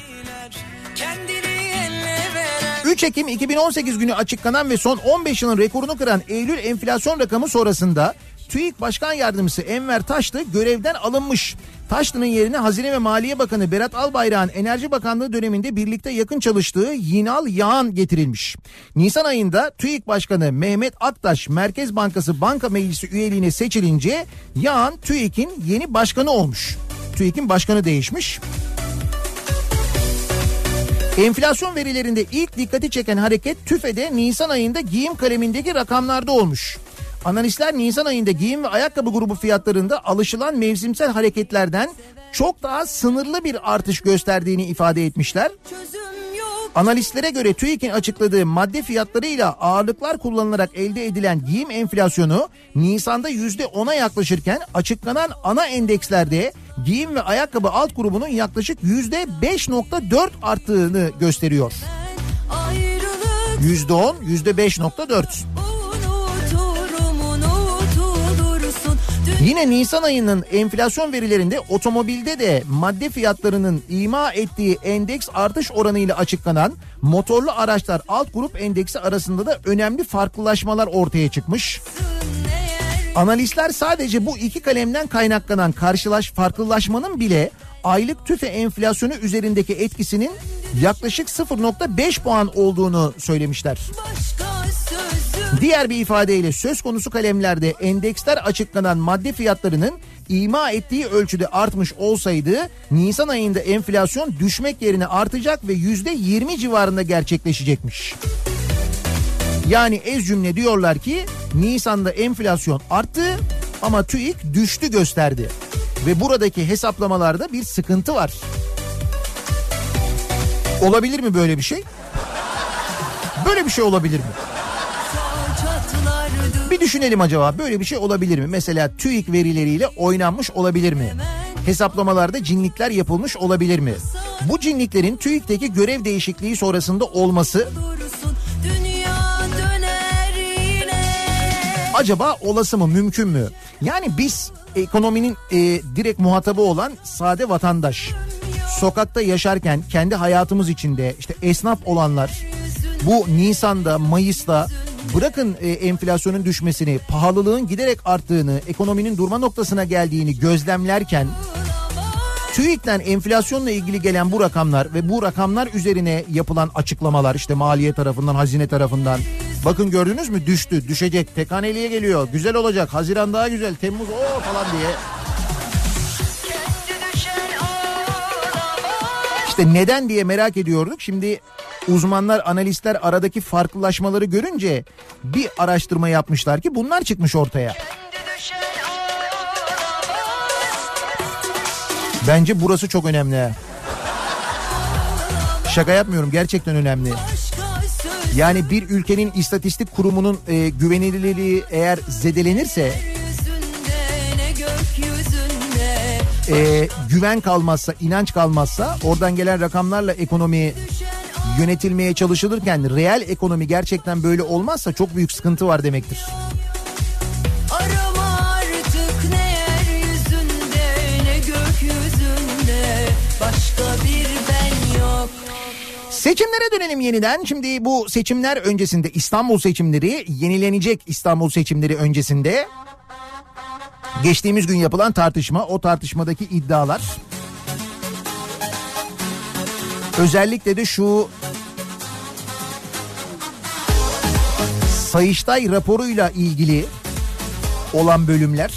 Speaker 1: 3 Ekim 2018 günü açıklanan ve son 15 yılın rekorunu kıran Eylül enflasyon rakamı sonrasında TÜİK Başkan Yardımcısı Enver Taşlı görevden alınmış. Taşlı'nın yerine Hazine ve Maliye Bakanı Berat Albayrak'ın Enerji Bakanlığı döneminde birlikte yakın çalıştığı Yinal Yağan getirilmiş. Nisan ayında TÜİK Başkanı Mehmet Aktaş Merkez Bankası Banka Meclisi üyeliğine seçilince Yağan TÜİK'in yeni başkanı olmuş. TÜİK'in başkanı değişmiş. Enflasyon verilerinde ilk dikkati çeken hareket TÜFE'de Nisan ayında giyim kalemindeki rakamlarda olmuş. Analistler Nisan ayında giyim ve ayakkabı grubu fiyatlarında alışılan mevsimsel hareketlerden çok daha sınırlı bir artış gösterdiğini ifade etmişler. Analistlere göre TÜİK'in açıkladığı madde fiyatlarıyla ağırlıklar kullanılarak elde edilen giyim enflasyonu Nisan'da %10'a yaklaşırken açıklanan ana endekslerde giyim ve ayakkabı alt grubunun yaklaşık %5.4 arttığını gösteriyor. %10, %5.4. Yine Nisan ayının enflasyon verilerinde otomobilde de madde fiyatlarının ima ettiği endeks artış oranıyla açıklanan motorlu araçlar alt grup endeksi arasında da önemli farklılaşmalar ortaya çıkmış. Analistler sadece bu iki kalemden kaynaklanan farklılaşmanın bile aylık tüfe enflasyonu üzerindeki etkisinin yaklaşık 0.5 puan olduğunu söylemişler. Diğer bir ifadeyle söz konusu kalemlerde endeksler açıklanan madde fiyatlarının ima ettiği ölçüde artmış olsaydı Nisan ayında enflasyon düşmek yerine artacak ve %20 civarında gerçekleşecekmiş. Yani ez cümle diyorlar ki Nisan'da enflasyon arttı ama TÜİK düştü gösterdi. Ve buradaki hesaplamalarda bir sıkıntı var. Olabilir mi böyle bir şey? Böyle bir şey olabilir mi? Bir düşünelim acaba böyle bir şey olabilir mi? Mesela TÜİK verileriyle oynanmış olabilir mi? Hesaplamalarda cinlikler yapılmış olabilir mi? Bu cinliklerin TÜİK'teki görev değişikliği sonrasında olması acaba olası mı, mümkün mü? Yani biz ekonominin direkt muhatabı olan sade vatandaş, sokakta yaşarken kendi hayatımız içinde işte esnaf olanlar bu Nisan'da, Mayıs'ta bırakın enflasyonun düşmesini, pahalılığın giderek arttığını, ekonominin durma noktasına geldiğini gözlemlerken TÜİK'ten enflasyonla ilgili gelen bu rakamlar ve bu rakamlar üzerine yapılan açıklamalar işte maliye tarafından, hazine tarafından, bakın gördünüz mü düştü, düşecek, tek haneliğe geliyor, güzel olacak, Haziran daha güzel, Temmuz o falan diye. İşte neden diye merak ediyorduk. Şimdi uzmanlar, analistler aradaki farklılaşmaları görünce bir araştırma yapmışlar ki bunlar çıkmış ortaya. Bence burası çok önemli. Şaka yapmıyorum, gerçekten önemli. Yani bir ülkenin istatistik kurumunun güvenilirliği eğer zedelenirse, güven kalmazsa, inanç kalmazsa, oradan gelen rakamlarla ekonomi yönetilmeye çalışılırken reel ekonomi gerçekten böyle olmazsa çok büyük sıkıntı var demektir.
Speaker 5: Arama artık ne yeryüzünde ne gökyüzünde, başka bir ben yok.
Speaker 1: Seçimlere dönelim yeniden. Şimdi bu seçimler öncesinde, İstanbul seçimleri, yenilenecek İstanbul seçimleri öncesinde geçtiğimiz gün yapılan tartışma, o tartışmadaki iddialar, özellikle de şu Sayıştay raporuyla ilgili olan bölümler,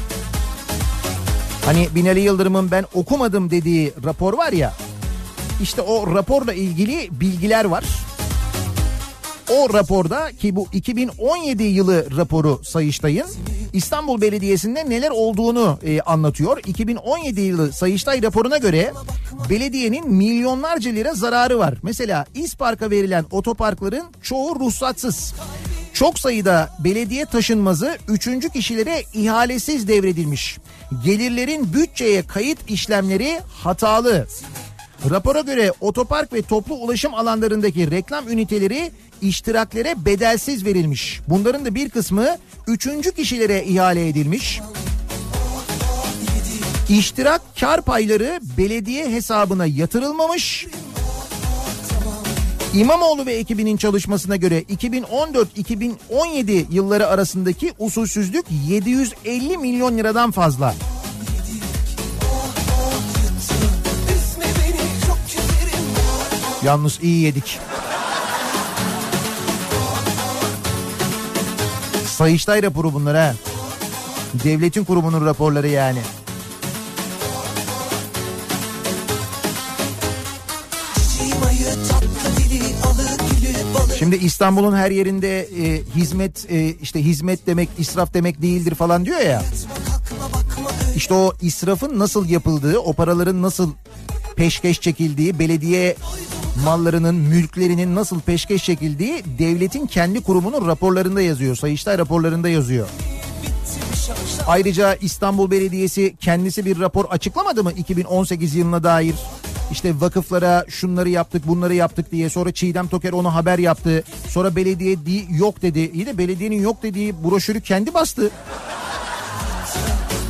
Speaker 1: hani Binali Yıldırım'ın ben okumadım dediği rapor var ya, işte o raporla ilgili bilgiler var. O raporda, ki bu 2017 yılı raporu Sayıştay'ın, İstanbul Belediyesi'nde neler olduğunu anlatıyor. 2017 yılı Sayıştay raporuna göre belediyenin milyonlarca lira zararı var. Mesela İspark'a verilen otoparkların çoğu ruhsatsız. Çok sayıda belediye taşınmazı 3. kişilere ihalesiz devredilmiş. Gelirlerin bütçeye kayıt işlemleri hatalı. Rapora göre otopark ve toplu ulaşım alanlarındaki reklam üniteleri iştiraklere bedelsiz verilmiş. Bunların da bir kısmı 3. kişilere ihale edilmiş. İştirak kar payları belediye hesabına yatırılmamış. İmamoğlu ve ekibinin çalışmasına göre 2014-2017 yılları arasındaki usulsüzlük 750 milyon liradan fazla. Yalnız iyi yedik. Sayıştay raporu bunlar ha. Devletin kurumunun raporları yani. Şimdi İstanbul'un her yerinde hizmet, işte hizmet demek israf demek değildir falan diyor ya. İşte o israfın nasıl yapıldığı, o paraların nasıl peşkeş çekildiği, belediye mallarının, mülklerinin nasıl peşkeş çekildiği devletin kendi kurumunun raporlarında yazıyor. Sayıştay raporlarında yazıyor. Ayrıca İstanbul Belediyesi kendisi bir rapor açıklamadı mı 2018 yılına dair? İşte vakıflara şunları yaptık, bunları yaptık diye. Sonra Çiğdem Toker onu haber yaptı. Sonra belediye yok dedi. İyi de belediyenin yok dediği broşürü kendi bastı.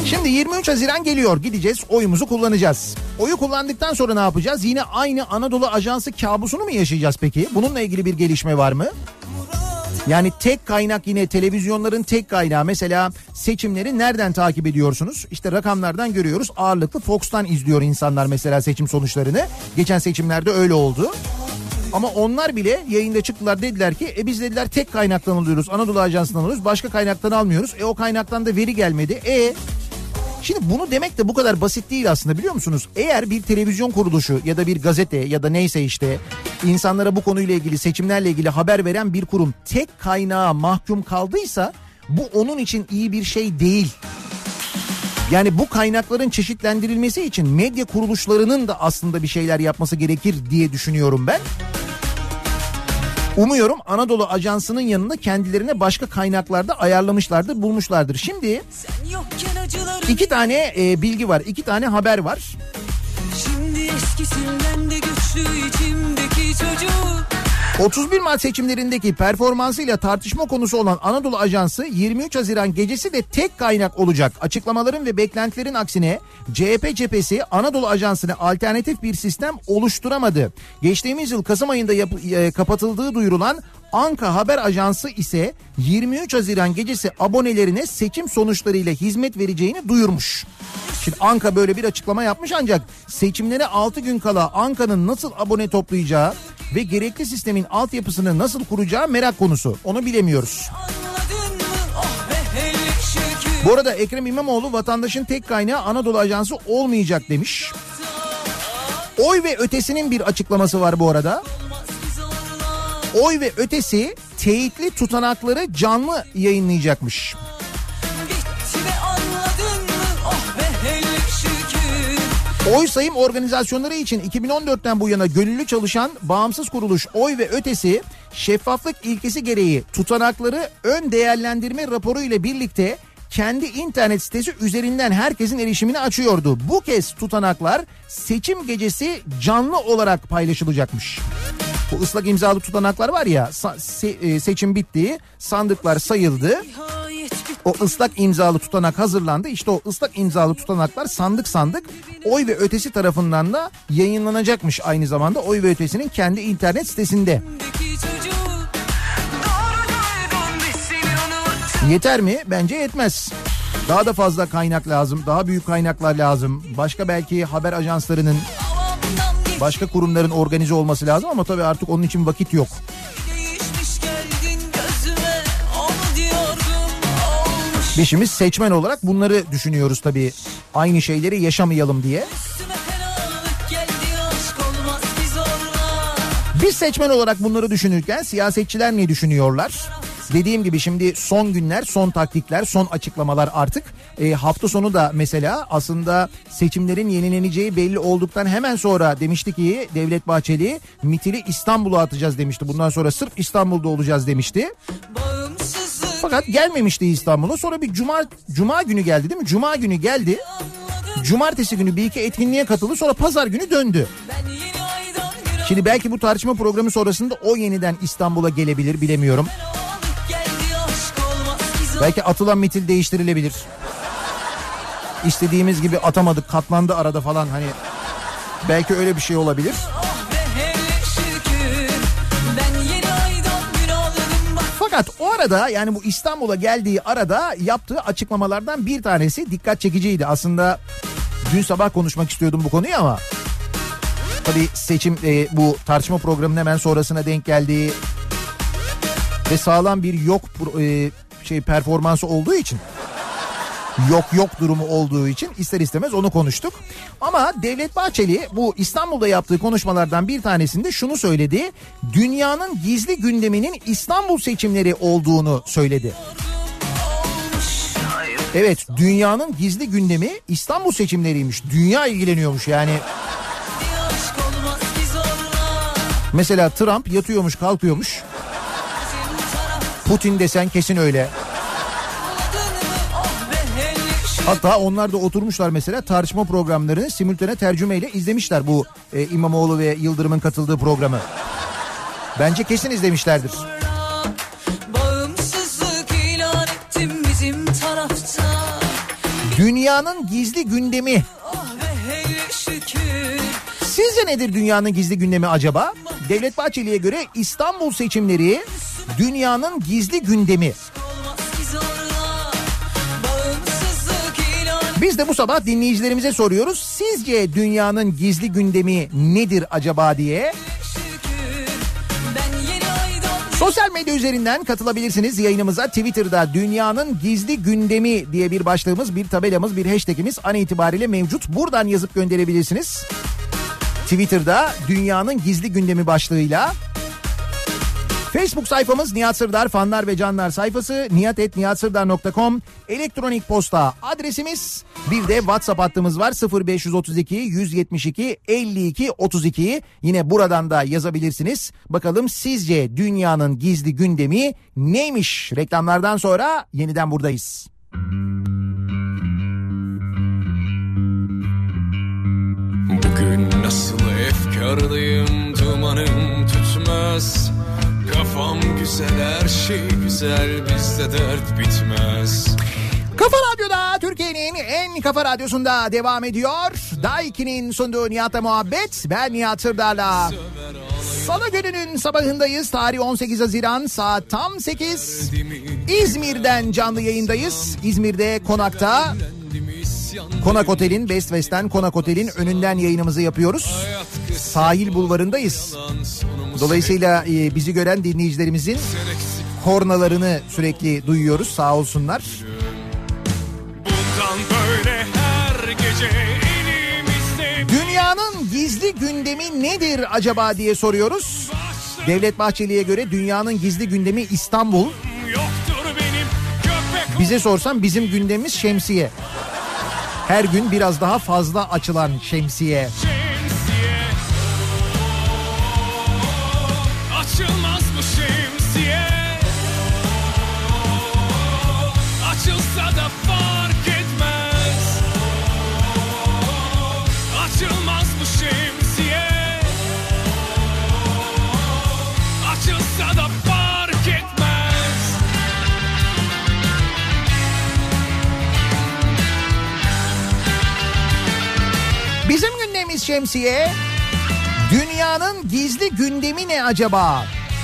Speaker 1: Şimdi 23 Haziran geliyor. Gideceğiz, oyumuzu kullanacağız. Oyu kullandıktan sonra ne yapacağız? Yine aynı Anadolu Ajansı kabusunu mu yaşayacağız peki? Bununla ilgili bir gelişme var mı? Yani tek kaynak, yine televizyonların tek kaynağı. Mesela seçimleri nereden takip ediyorsunuz? İşte rakamlardan görüyoruz. Ağırlıklı Fox'tan izliyor insanlar mesela seçim sonuçlarını. Geçen seçimlerde öyle oldu. Ama onlar bile yayında çıktılar, dediler ki biz dediler tek kaynaktan alıyoruz. Anadolu Ajansı'ndan alıyoruz. Başka kaynaktan almıyoruz. O kaynaktan da veri gelmedi. Şimdi bunu demek de bu kadar basit değil aslında, biliyor musunuz? Eğer bir televizyon kuruluşu ya da bir gazete ya da neyse işte insanlara bu konuyla ilgili, seçimlerle ilgili haber veren bir kurum tek kaynağa mahkum kaldıysa bu onun için iyi bir şey değil. Yani bu kaynakların çeşitlendirilmesi için medya kuruluşlarının da aslında bir şeyler yapması gerekir diye düşünüyorum ben. Umuyorum Anadolu Ajansı'nın yanında kendilerine başka kaynaklarda ayarlamışlardır, bulmuşlardır. Şimdi 2 tane bilgi var, 2 tane haber var. Şimdi eskisinden de güçlü içimdeki çocuk. 31 Mart seçimlerindeki performansıyla tartışma konusu olan Anadolu Ajansı 23 Haziran gecesi de tek kaynak olacak. Açıklamaların ve beklentilerin aksine CHP cephesi Anadolu Ajansı'na alternatif bir sistem oluşturamadı. Geçtiğimiz yıl Kasım ayında kapatıldığı duyurulan Anka Haber Ajansı ise 23 Haziran gecesi abonelerine seçim sonuçlarıyla hizmet vereceğini duyurmuş. Şimdi Anka böyle bir açıklama yapmış, ancak seçimlere 6 gün kala Anka'nın nasıl abone toplayacağı ve gerekli sistemin altyapısını nasıl kuracağı merak konusu. Onu bilemiyoruz. Bu arada Ekrem İmamoğlu vatandaşın tek kaynağı Anadolu Ajansı olmayacak demiş. Oy ve Ötesi'nin bir açıklaması var bu arada. Oy ve Ötesi teyitli tutanakları canlı yayınlayacakmış. Oy sayım organizasyonları için 2014'ten bu yana gönüllü çalışan bağımsız kuruluş Oy ve Ötesi, şeffaflık ilkesi gereği tutanakları ön değerlendirme raporu ile birlikte kendi internet sitesi üzerinden herkesin erişimini açıyordu. Bu kez tutanaklar seçim gecesi canlı olarak paylaşılacakmış. Bu ıslak imzalı tutanaklar var ya, seçim bitti, sandıklar sayıldı. O ıslak imzalı tutanak hazırlandı. İşte o ıslak imzalı tutanaklar sandık sandık Oy ve Ötesi tarafından da yayınlanacakmış aynı zamanda Oy ve Ötesi'nin kendi internet sitesinde. Yeter mi? Bence yetmez. Daha da fazla kaynak lazım. Daha büyük kaynaklar lazım. Başka belki haber ajanslarının, başka kurumların organize olması lazım ama tabii artık onun için vakit yok. Biz seçmen olarak bunları düşünüyoruz tabii. Aynı şeyleri yaşamayalım diye. Biz seçmen olarak bunları düşünürken siyasetçiler ne düşünüyorlar? Dediğim gibi şimdi son günler, son taktikler, son açıklamalar artık. Hafta sonu da mesela aslında seçimlerin yenileneceği belli olduktan hemen sonra demişti ki Devlet Bahçeli mitili İstanbul'a atacağız demişti. Bundan sonra sırf İstanbul'da olacağız demişti. Fakat gelmemişti İstanbul'a. Sonra bir cuma günü geldi değil mi? Cuma günü geldi. Cumartesi günü bir iki etkinliğe katıldı. Sonra pazar günü döndü. Şimdi belki bu tartışma programı sonrasında o yeniden İstanbul'a gelebilir, bilemiyorum. Belki atılan mitil değiştirilebilir. İstediğimiz gibi atamadık, katlandı arada falan, hani belki öyle bir şey olabilir. Fakat o arada, yani bu İstanbul'a geldiği arada yaptığı açıklamalardan bir tanesi dikkat çekiciydi. Aslında dün sabah konuşmak istiyordum bu konuyu ama tabii seçim bu tartışma programının hemen sonrasına denk geldi ve sağlam bir performansı olduğu için, yok durumu olduğu için ister istemez onu konuştuk. Ama Devlet Bahçeli bu İstanbul'da yaptığı konuşmalardan bir tanesinde şunu söyledi. Dünyanın gizli gündeminin İstanbul seçimleri olduğunu söyledi. Evet, dünyanın gizli gündemi İstanbul seçimleriymiş. Dünya ilgileniyormuş yani. Mesela Trump yatıyormuş, kalkıyormuş. Putin desen kesin öyle. Hatta onlar da oturmuşlar mesela tartışma programlarını simultane tercümeyle izlemişler, bu İmamoğlu ve Yıldırım'ın katıldığı programı. Bence kesin izlemişlerdir. Dünyanın gizli gündemi. Sizce nedir dünyanın gizli gündemi acaba? Devlet Bahçeli'ye göre İstanbul seçimleri dünyanın gizli gündemi. Biz de bu sabah dinleyicilerimize soruyoruz. Sizce dünyanın gizli gündemi nedir acaba diye. Sosyal medya üzerinden katılabilirsiniz yayınımıza. Twitter'da dünyanın gizli gündemi diye bir başlığımız, bir tabelamız, bir hashtagimiz an itibariyle mevcut. Buradan yazıp gönderebilirsiniz. Twitter'da dünyanın gizli gündemi başlığıyla. Facebook sayfamız Nihat Sırdar fanlar ve canlar sayfası, nihat@nihatsırdar.com. Elektronik posta adresimiz, bir de WhatsApp hattımız var 0532 172 52 32. Yine buradan da yazabilirsiniz. Bakalım sizce dünyanın gizli gündemi neymiş? Reklamlardan sonra yeniden buradayız.
Speaker 7: Bugün nasıl efkarlıyım, dumanım tutmaz. Kafam güzel, her şey güzel, bizde dert bitmez.
Speaker 1: Kafa Radyo'da, Türkiye'nin en kafa radyosunda devam ediyor. Daiki'nin sunduğu Nihat'la muhabbet. Ben Nihat Sırdar'la. Salı gününün sabahındayız. Tarih 18 Haziran, saat tam 8. İzmir'den canlı yayındayız. İzmir'de Konak'ta. Konak Otel'in, Best West'ten Konak Otel'in önünden yayınımızı yapıyoruz. Sahil bulvarındayız. Dolayısıyla bizi gören dinleyicilerimizin kornalarını sürekli duyuyoruz, sağ olsunlar. Dünyanın gizli gündemi nedir acaba diye soruyoruz. Devlet Bahçeli'ye göre dünyanın gizli gündemi İstanbul. Bize sorsan bizim gündemimiz şemsiye. Her gün biraz daha fazla açılan şemsiye.
Speaker 7: Açılmaz bu şemsiye. Açılsa da fark etmez. Açılmaz bu şemsiye. Açılsa da fark etmez.
Speaker 1: Bizim gündemimiz şemsiye. Dünyanın gizli gündemi ne acaba?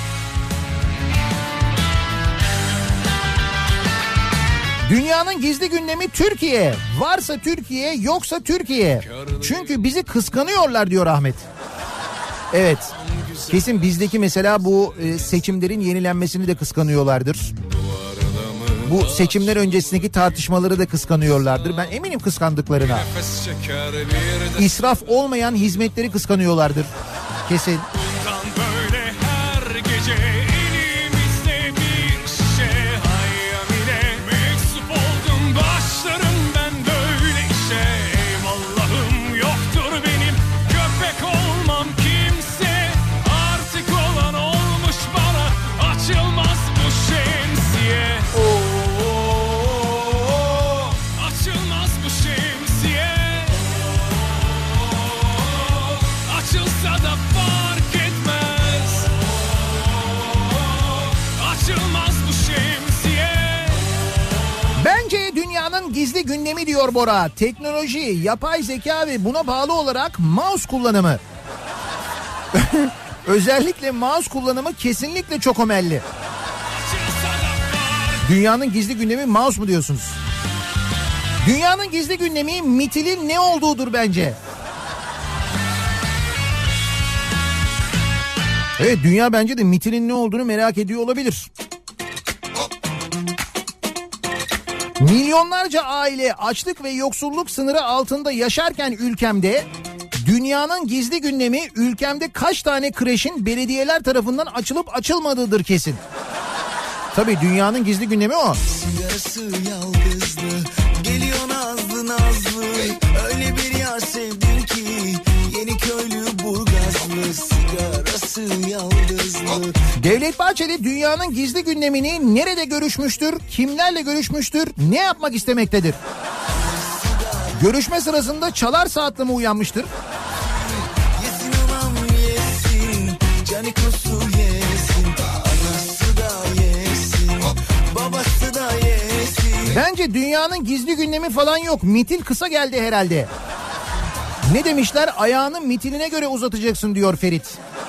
Speaker 1: Dünyanın gizli gündemi Türkiye. Varsa Türkiye, yoksa Türkiye. Çünkü bizi kıskanıyorlar diyor Ahmet. Evet. Kesin bizdeki mesela bu seçimlerin yenilenmesini de kıskanıyorlardır. Bu seçimler öncesindeki tartışmaları da kıskanıyorlardır. Ben eminim kıskandıklarına. İsraf olmayan hizmetleri kıskanıyorlardır. Kesin. Gizli gündemi diyor Bora. Teknoloji, yapay zeka ve buna bağlı olarak mouse kullanımı. Özellikle mouse kullanımı kesinlikle çok önemli. Dünyanın gizli gündemi mouse mu diyorsunuz? Dünyanın gizli gündemi mitilin ne olduğudur bence. Evet, dünya bence de mitilin ne olduğunu merak ediyor olabilir. Milyonlarca aile açlık ve yoksulluk sınırı altında yaşarken ülkemde dünyanın gizli gündemi ülkemde kaç tane kreşin belediyeler tarafından açılıp açılmadığıdır kesin. Tabii dünyanın gizli gündemi o.
Speaker 8: Yarısı yalnızlı, geliyor nazlı nazlı, öyle bir yar sevdim ki yeni köylü Burgazlı, sigarası yalnızlı.
Speaker 1: Devlet Bahçeli dünyanın gizli gündemini nerede görüşmüştür, kimlerle görüşmüştür, ne yapmak istemektedir? Görüşme sırasında çalar saatle mi uyanmıştır?
Speaker 8: Yesin ulan yesin, canikosu yesin, anası da yesin, babası da yesin.
Speaker 1: Bence dünyanın gizli gündemi falan yok. Mitil kısa geldi herhalde. Ne demişler? Ayağını mitiline göre uzatacaksın diyor Ferit.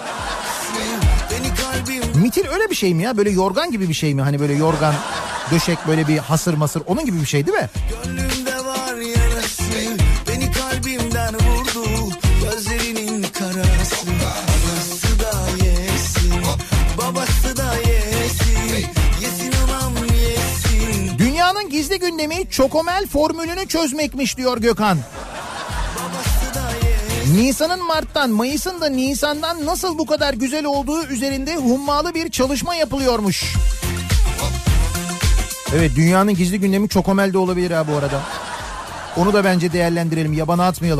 Speaker 1: Mitil öyle bir şey mi ya? Böyle yorgan gibi bir şey mi? Hani böyle yorgan, döşek, böyle bir hasır masır, onun gibi bir şey değil mi?
Speaker 8: Gönlümde var yarası, beni kalbimden vurdu. Gözlerinin karası, anası da yesin, babası da yesin. Yesin anam yesin.
Speaker 1: Dünyanın gizli gündemi çokomel formülünü çözmekmiş diyor Gökhan. Nisan'ın Mart'tan, Mayıs'ın da Nisan'dan nasıl bu kadar güzel olduğu üzerinde hummalı bir çalışma yapılıyormuş. Evet, dünyanın gizli gündemi çokomel de olabilir ha bu arada. Onu da bence değerlendirelim, yabana atmayalım.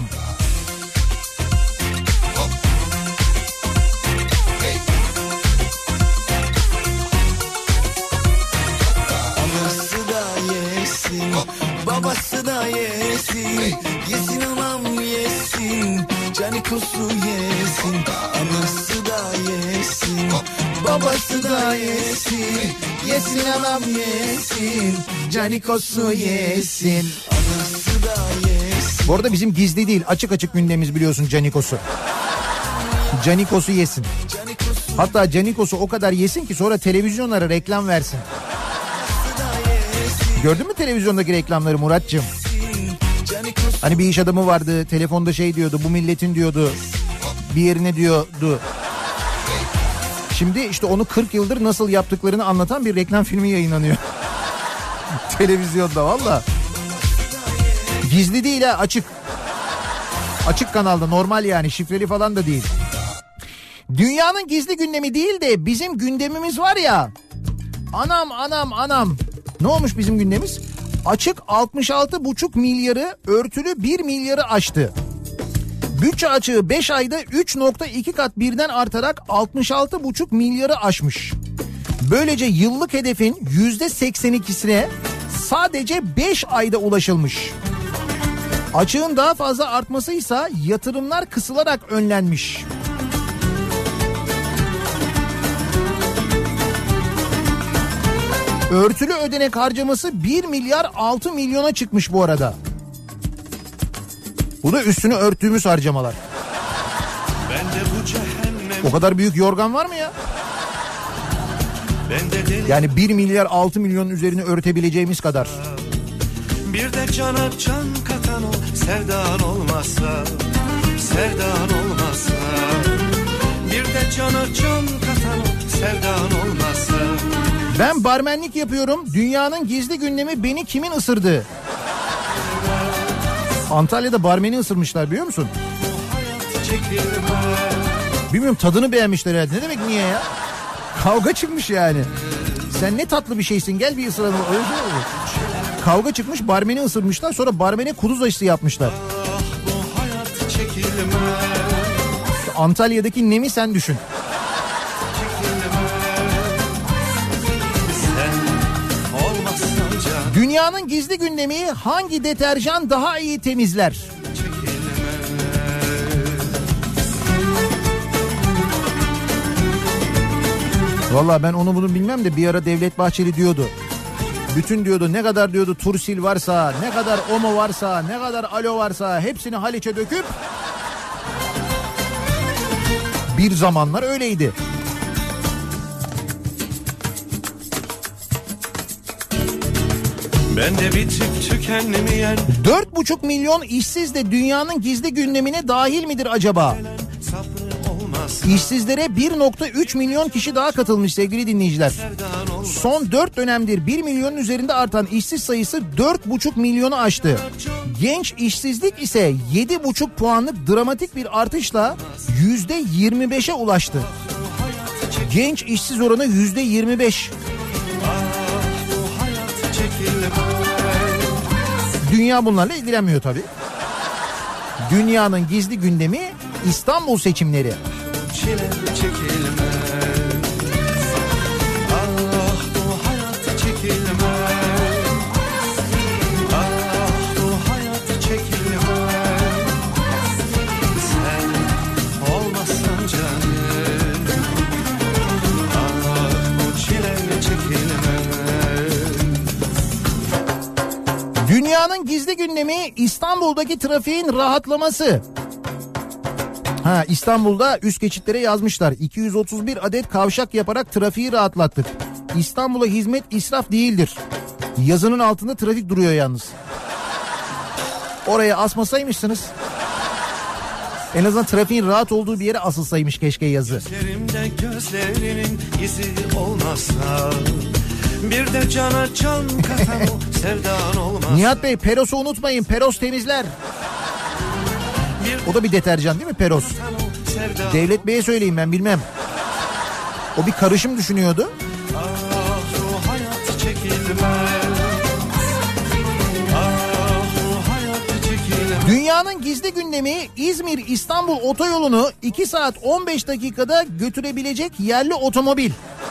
Speaker 8: Anası da yesin, babası da yesin. Yesin anam yesin, canikosu yesin. Anası da yesin, babası da yesin.
Speaker 1: Yesin anam yesin, canikosu yesin.
Speaker 8: Anası da yesin.
Speaker 1: Bu arada bizim gizli değil, açık açık gündemimiz biliyorsun canikosu. Canikosu yesin. Hatta canikosu o kadar yesin ki sonra televizyonlara reklam versin. Gördün mü televizyondaki reklamları Muratcığım? Hani bir iş adamı vardı, telefonda şey diyordu, bu milletin diyordu bir yerine diyordu. Şimdi işte onu 40 yıldır nasıl yaptıklarını anlatan bir reklam filmi yayınlanıyor. Televizyonda valla. Gizli değil ha, açık. Açık kanalda, normal yani, şifreli falan da değil. Dünyanın gizli gündemi değil de bizim gündemimiz var ya. Anam. Ne olmuş bizim gündemimiz? Açık 66,5 milyarı, örtülü 1 milyarı aştı. Bütçe açığı 5 ayda 3,2 kat birden artarak 66,5 milyarı aşmış. Böylece yıllık hedefin %82'sine sadece 5 ayda ulaşılmış. Açığın daha fazla artmasıysa yatırımlar kısılarak önlenmiş. Örtülü ödenek harcaması 1 milyar 6 milyona çıkmış bu arada. Bu da üstünü örttüğümüz harcamalar. O kadar büyük yorgan var mı ya? Yani 1 milyar 6 milyonun üzerini örtebileceğimiz kadar.
Speaker 9: Bir de cana can katan o sevdan olmazsa, sevdan olmazsa. Bir de cana can katan o sevdan olmazsa.
Speaker 1: Ben barmenlik yapıyorum. Dünyanın gizli gündemi beni kimin ısırdı? Antalya'da barmeni ısırmışlar, biliyor musun? Bilmiyorum, tadını beğenmişler herhalde. Ne demek niye ya? Kavga çıkmış yani. Sen ne tatlı bir şeysin, gel bir ısıralım. Öyle şey olur. Kavga çıkmış, barmeni ısırmışlar, sonra barmene kuduz aşısı yapmışlar. Antalya'daki nemi sen düşün. Dünyanın gizli gündemi hangi deterjan daha iyi temizler? Vallahi ben onu bunu bilmem de bir ara Devlet Bahçeli diyordu. Bütün diyordu, ne kadar diyordu Tursil varsa, ne kadar Omo varsa, ne kadar Alo varsa hepsini Haliç'e döküp, bir zamanlar öyleydi.
Speaker 9: Ben de bir tip tükenmeyen
Speaker 1: 4,5 milyon işsiz de dünyanın gizli gündemine dahil midir acaba? İşsizlere 1,3 milyon kişi daha katılmış sevgili dinleyiciler. Son 4 dönemdir 1 milyonun üzerinde artan işsiz sayısı 4,5 milyonu aştı. Genç işsizlik ise 7,5 puanlık dramatik bir artışla %25'e ulaştı. Genç işsiz oranı %25. Dünya bunlarla ilgilenmiyor tabii. Dünyanın gizli gündemi İstanbul seçimleri.
Speaker 9: çile çekilme. Ah bu hayat çekilme. Ah bu hayat çekilme. Sen olmazsan canım. Ah bu çile çekilme.
Speaker 1: Dünyanın gizli gündemi İstanbul'daki trafiğin rahatlaması. İstanbul'da üst geçitlere yazmışlar. 231 adet kavşak yaparak trafiği rahatlattık. İstanbul'a hizmet israf değildir. Yazının altında trafik duruyor yalnız. Oraya asmasaymışsınız. En azından trafiğin rahat olduğu bir yere asılsaymış keşke yazı.
Speaker 9: Gözlerimde gözlerinin izi olmazsa, bir de cana can katan o sevdan olmaz.
Speaker 1: Nihat Bey, Peros'u unutmayın. Peros temizler. O da bir deterjan değil mi Peros? Devlet Bey'e söyleyeyim, ben bilmem. O bir karışım düşünüyordu.
Speaker 9: Bu hayat çekilmez. Bu hayat çekilmez.
Speaker 1: Dünyanın gizli gündemi İzmir-İstanbul otoyolunu 2 saat 15 dakikada götürebilecek yerli otomobil.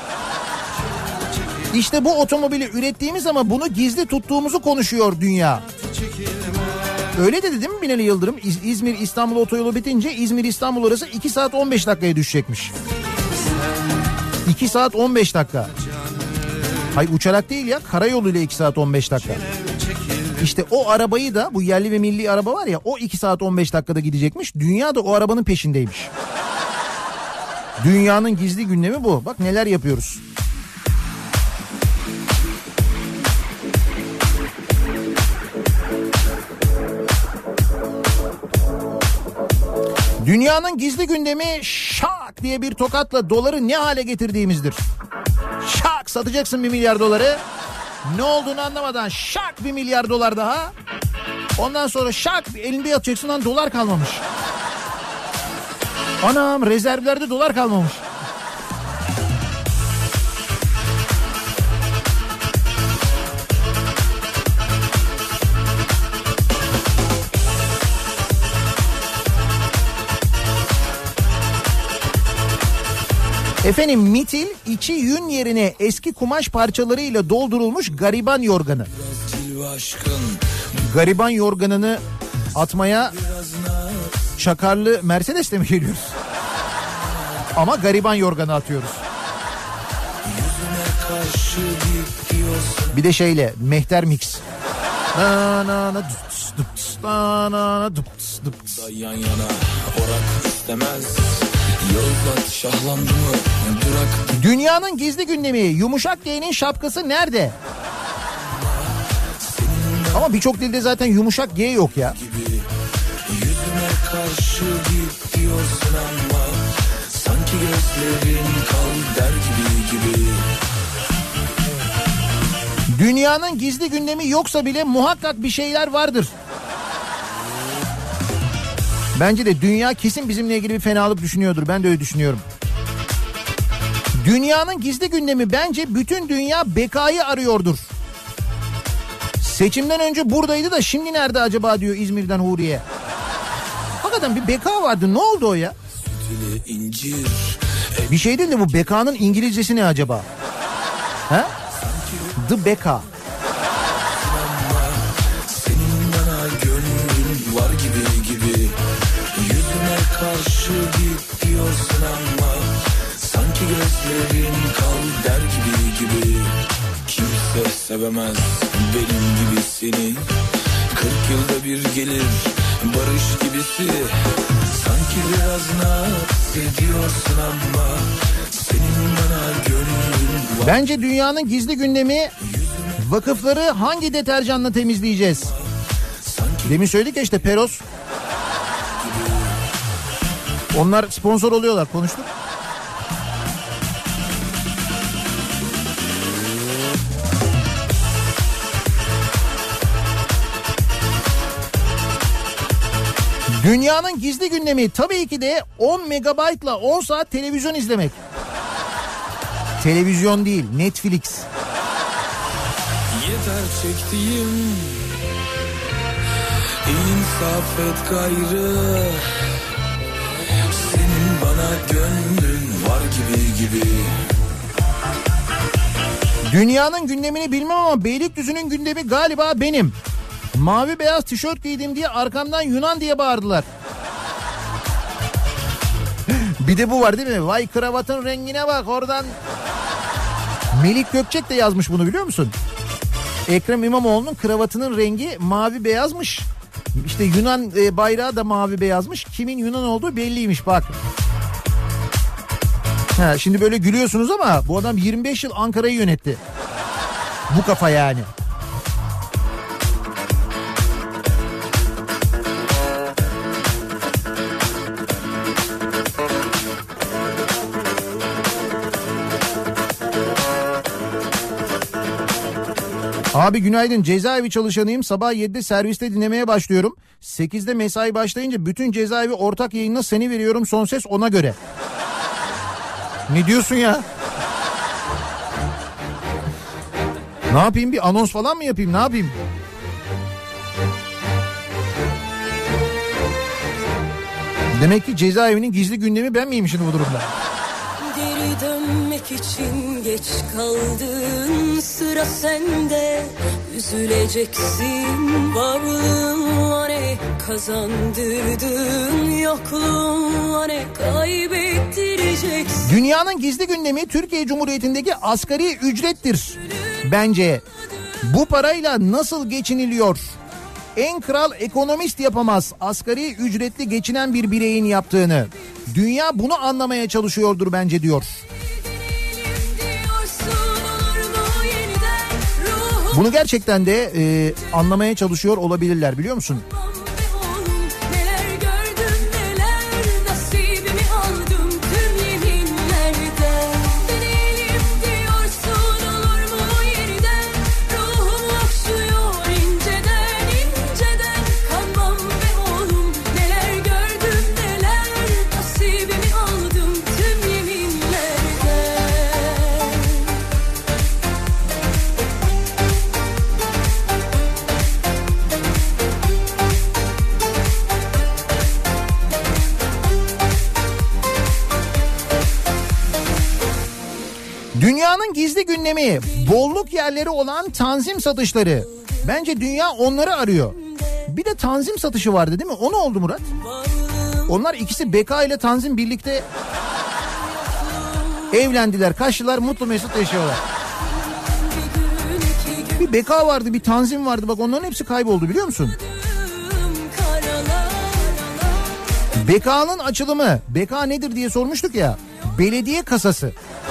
Speaker 1: İşte bu otomobili ürettiğimiz ama bunu gizli tuttuğumuzu konuşuyor dünya. Öyle dedi değil mi Binali Yıldırım? İzmir-İstanbul otoyolu bitince İzmir-İstanbul arası 2 saat 15 dakikaya düşecekmiş. 2 saat 15 dakika. Hayır, uçarak değil ya, karayoluyla 2 saat 15 dakika. İşte o arabayı da, bu yerli ve milli araba var ya, o 2 saat 15 dakikada gidecekmiş. Dünya da o arabanın peşindeymiş. Dünyanın gizli gündemi bu. Bak neler yapıyoruz. Dünyanın gizli gündemi şak diye bir tokatla doları ne hale getirdiğimizdir. Şak satacaksın 1 milyar doları. Ne olduğunu anlamadan şak 1 milyar dolar daha. Ondan sonra şak elinde yatacaksın, lan dolar kalmamış. Anam, rezervlerde dolar kalmamış. Efendim, mitil içi yün yerine eski kumaş parçalarıyla doldurulmuş gariban yorganı. Gariban yorganını atmaya çakarlı Mercedes'le mi geliyoruz? Ama gariban yorganı atıyoruz. Bir de şeyle, Mehter Mix.
Speaker 8: Yan yana orak istemez.
Speaker 1: Dünyanın gizli gündemi yumuşak G'nin şapkası nerede? Ama birçok dilde zaten yumuşak G yok ya.
Speaker 8: Yüzüme karşı git diyorsun ama sanki gözlerin kal der gibi.
Speaker 1: Dünyanın gizli gündemi yoksa bile muhakkak bir şeyler vardır. Bence de dünya kesin bizimle ilgili bir fenalık düşünüyordur. Ben de öyle düşünüyorum. Dünyanın gizli gündemi bence bütün dünya bekayı arıyordur. Seçimden önce buradaydı da şimdi nerede acaba diyor İzmir'den Huriye. Hakikaten bir beka vardı. Ne oldu o ya? Bir şey değil de bu bekanın İngilizcesi ne acaba? He? The Beka.
Speaker 8: Senin bana gönlün var gibi. Yüzüme karşı git diyorsun ama sanki gözlerin kal der gibi. Kimse sevemez benim gibi seni. 40 yılda bir gelir barış gibisi. Sanki biraz naz ediyorsun ama senin bana gönlün var.
Speaker 1: Bence dünyanın gizli gündemi vakıfları hangi deterjanla temizleyeceğiz? Demin söyledik ya işte, Peros. Onlar sponsor oluyorlar, konuştuk. Dünyanın gizli gündemi tabii ki de 10 megabaytla 10 saat televizyon izlemek. Televizyon değil, Netflix.
Speaker 8: Yeter çektiğim, insaf et gayrı. Senin bana gönlün var gibi.
Speaker 1: Dünyanın gündemini bilmem ama Beylikdüzü'nün gündemi galiba benim. Mavi beyaz tişört giydim diye arkamdan Yunan diye bağırdılar. Bir de bu var değil mi? Vay kravatın rengine bak oradan. Melik Gökçek de yazmış bunu, biliyor musun? Ekrem İmamoğlu'nun kravatının rengi mavi beyazmış. İşte Yunan bayrağı da mavi beyazmış. Kimin Yunan olduğu belliymiş bak. Ha, şimdi böyle gülüyorsunuz ama bu adam 25 yıl Ankara'yı yönetti. Bu kafa yani. Abi günaydın, cezaevi çalışanıyım, sabah 7'de serviste dinlemeye başlıyorum. 8'de mesai başlayınca bütün cezaevi ortak yayınına seni veriyorum, son ses ona göre. Ne diyorsun ya? Ne yapayım, bir anons falan mı yapayım, ne yapayım? Demek ki cezaevinin gizli gündemi ben miyim şimdi bu durumda?
Speaker 5: Geri dönmek için geç kaldın, sıra sende. Üzüleceksin, varlığınla ne kazandırdın, yokluğunla ne kaybettireceksin.
Speaker 1: Dünyanın gizli gündemi Türkiye Cumhuriyeti'ndeki asgari ücrettir. Bence bu parayla nasıl geçiniliyor? En kral ekonomist yapamaz asgari ücretli geçinen bir bireyin yaptığını. Dünya bunu anlamaya çalışıyordur bence diyor. Bunu gerçekten de anlamaya çalışıyor olabilirler, biliyor musun? Dünyanın gizli gündemi, bolluk yerleri olan tanzim satışları. Bence dünya onları arıyor. Bir de tanzim satışı vardı değil mi? O ne oldu Murat? Onlar ikisi Beka ile Tanzim birlikte evlendiler, kaçtılar, mutlu mesut yaşıyorlar. Bir Beka vardı, bir Tanzim vardı, bak onların hepsi kayboldu, biliyor musun? Beka'nın açılımı, Beka nedir diye sormuştuk ya, belediye kasası.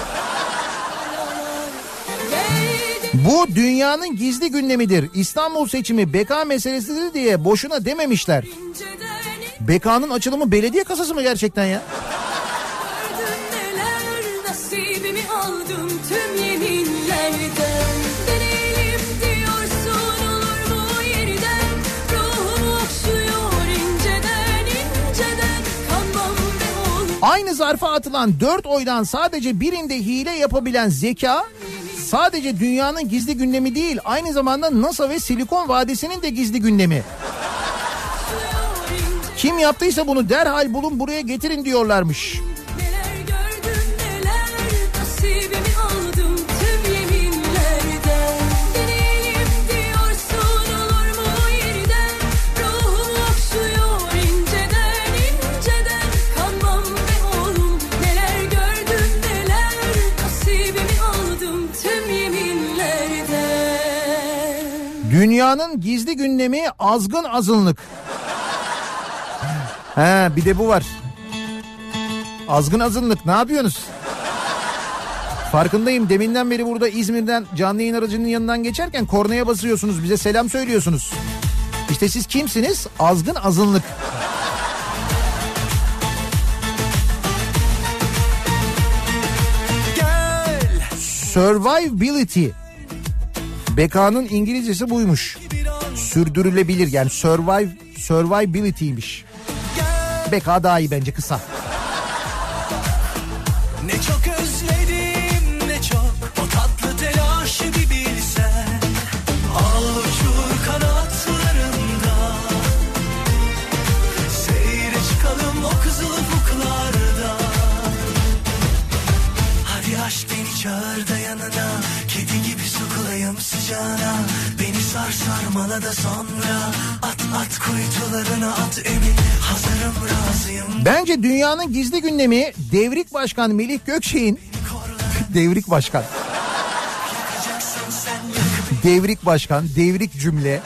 Speaker 1: Bu dünyanın gizli gündemidir. İstanbul seçimi Beka meselesidir diye boşuna dememişler. Beka'nın açılımı belediye kasası mı gerçekten ya? Aynı zarfa atılan 4 oydan sadece birinde hile yapabilen zeka sadece dünyanın gizli gündemi değil, aynı zamanda NASA ve Silikon Vadisi'nin de gizli gündemi. Kim yaptıysa bunu derhal bulun, buraya getirin diyorlarmış. Dünyanın gizli gündemi azgın azınlık. He, bir de bu var. Azgın azınlık, ne yapıyorsunuz? Farkındayım, deminden beri burada İzmir'den canlı yayın aracının yanından geçerken kornaya basıyorsunuz, bize selam söylüyorsunuz. İşte siz kimsiniz? Azgın azınlık. Survivability. Beka'nın İngilizcesi buymuş. Sürdürülebilir, yani survivability'ymiş. Beka daha iyi bence, kısa.
Speaker 6: Ne çok özledim, ne çok o tatlı telaşı bir bilsen. Al uçur kanatlarında, seyre çıkalım o kızıl ufuklarda. Hadi aşk beni çağır da yanına, kedi gibi sokulayım sıcağına. Beni sar sarmala da sonra, at kuytularına at emin, hazırım razıyım.
Speaker 1: Bence dünyanın gizli gündemi Devrik Başkan Melih Gökçek'in Devrik Başkan Devrik başkan, devrik cümle.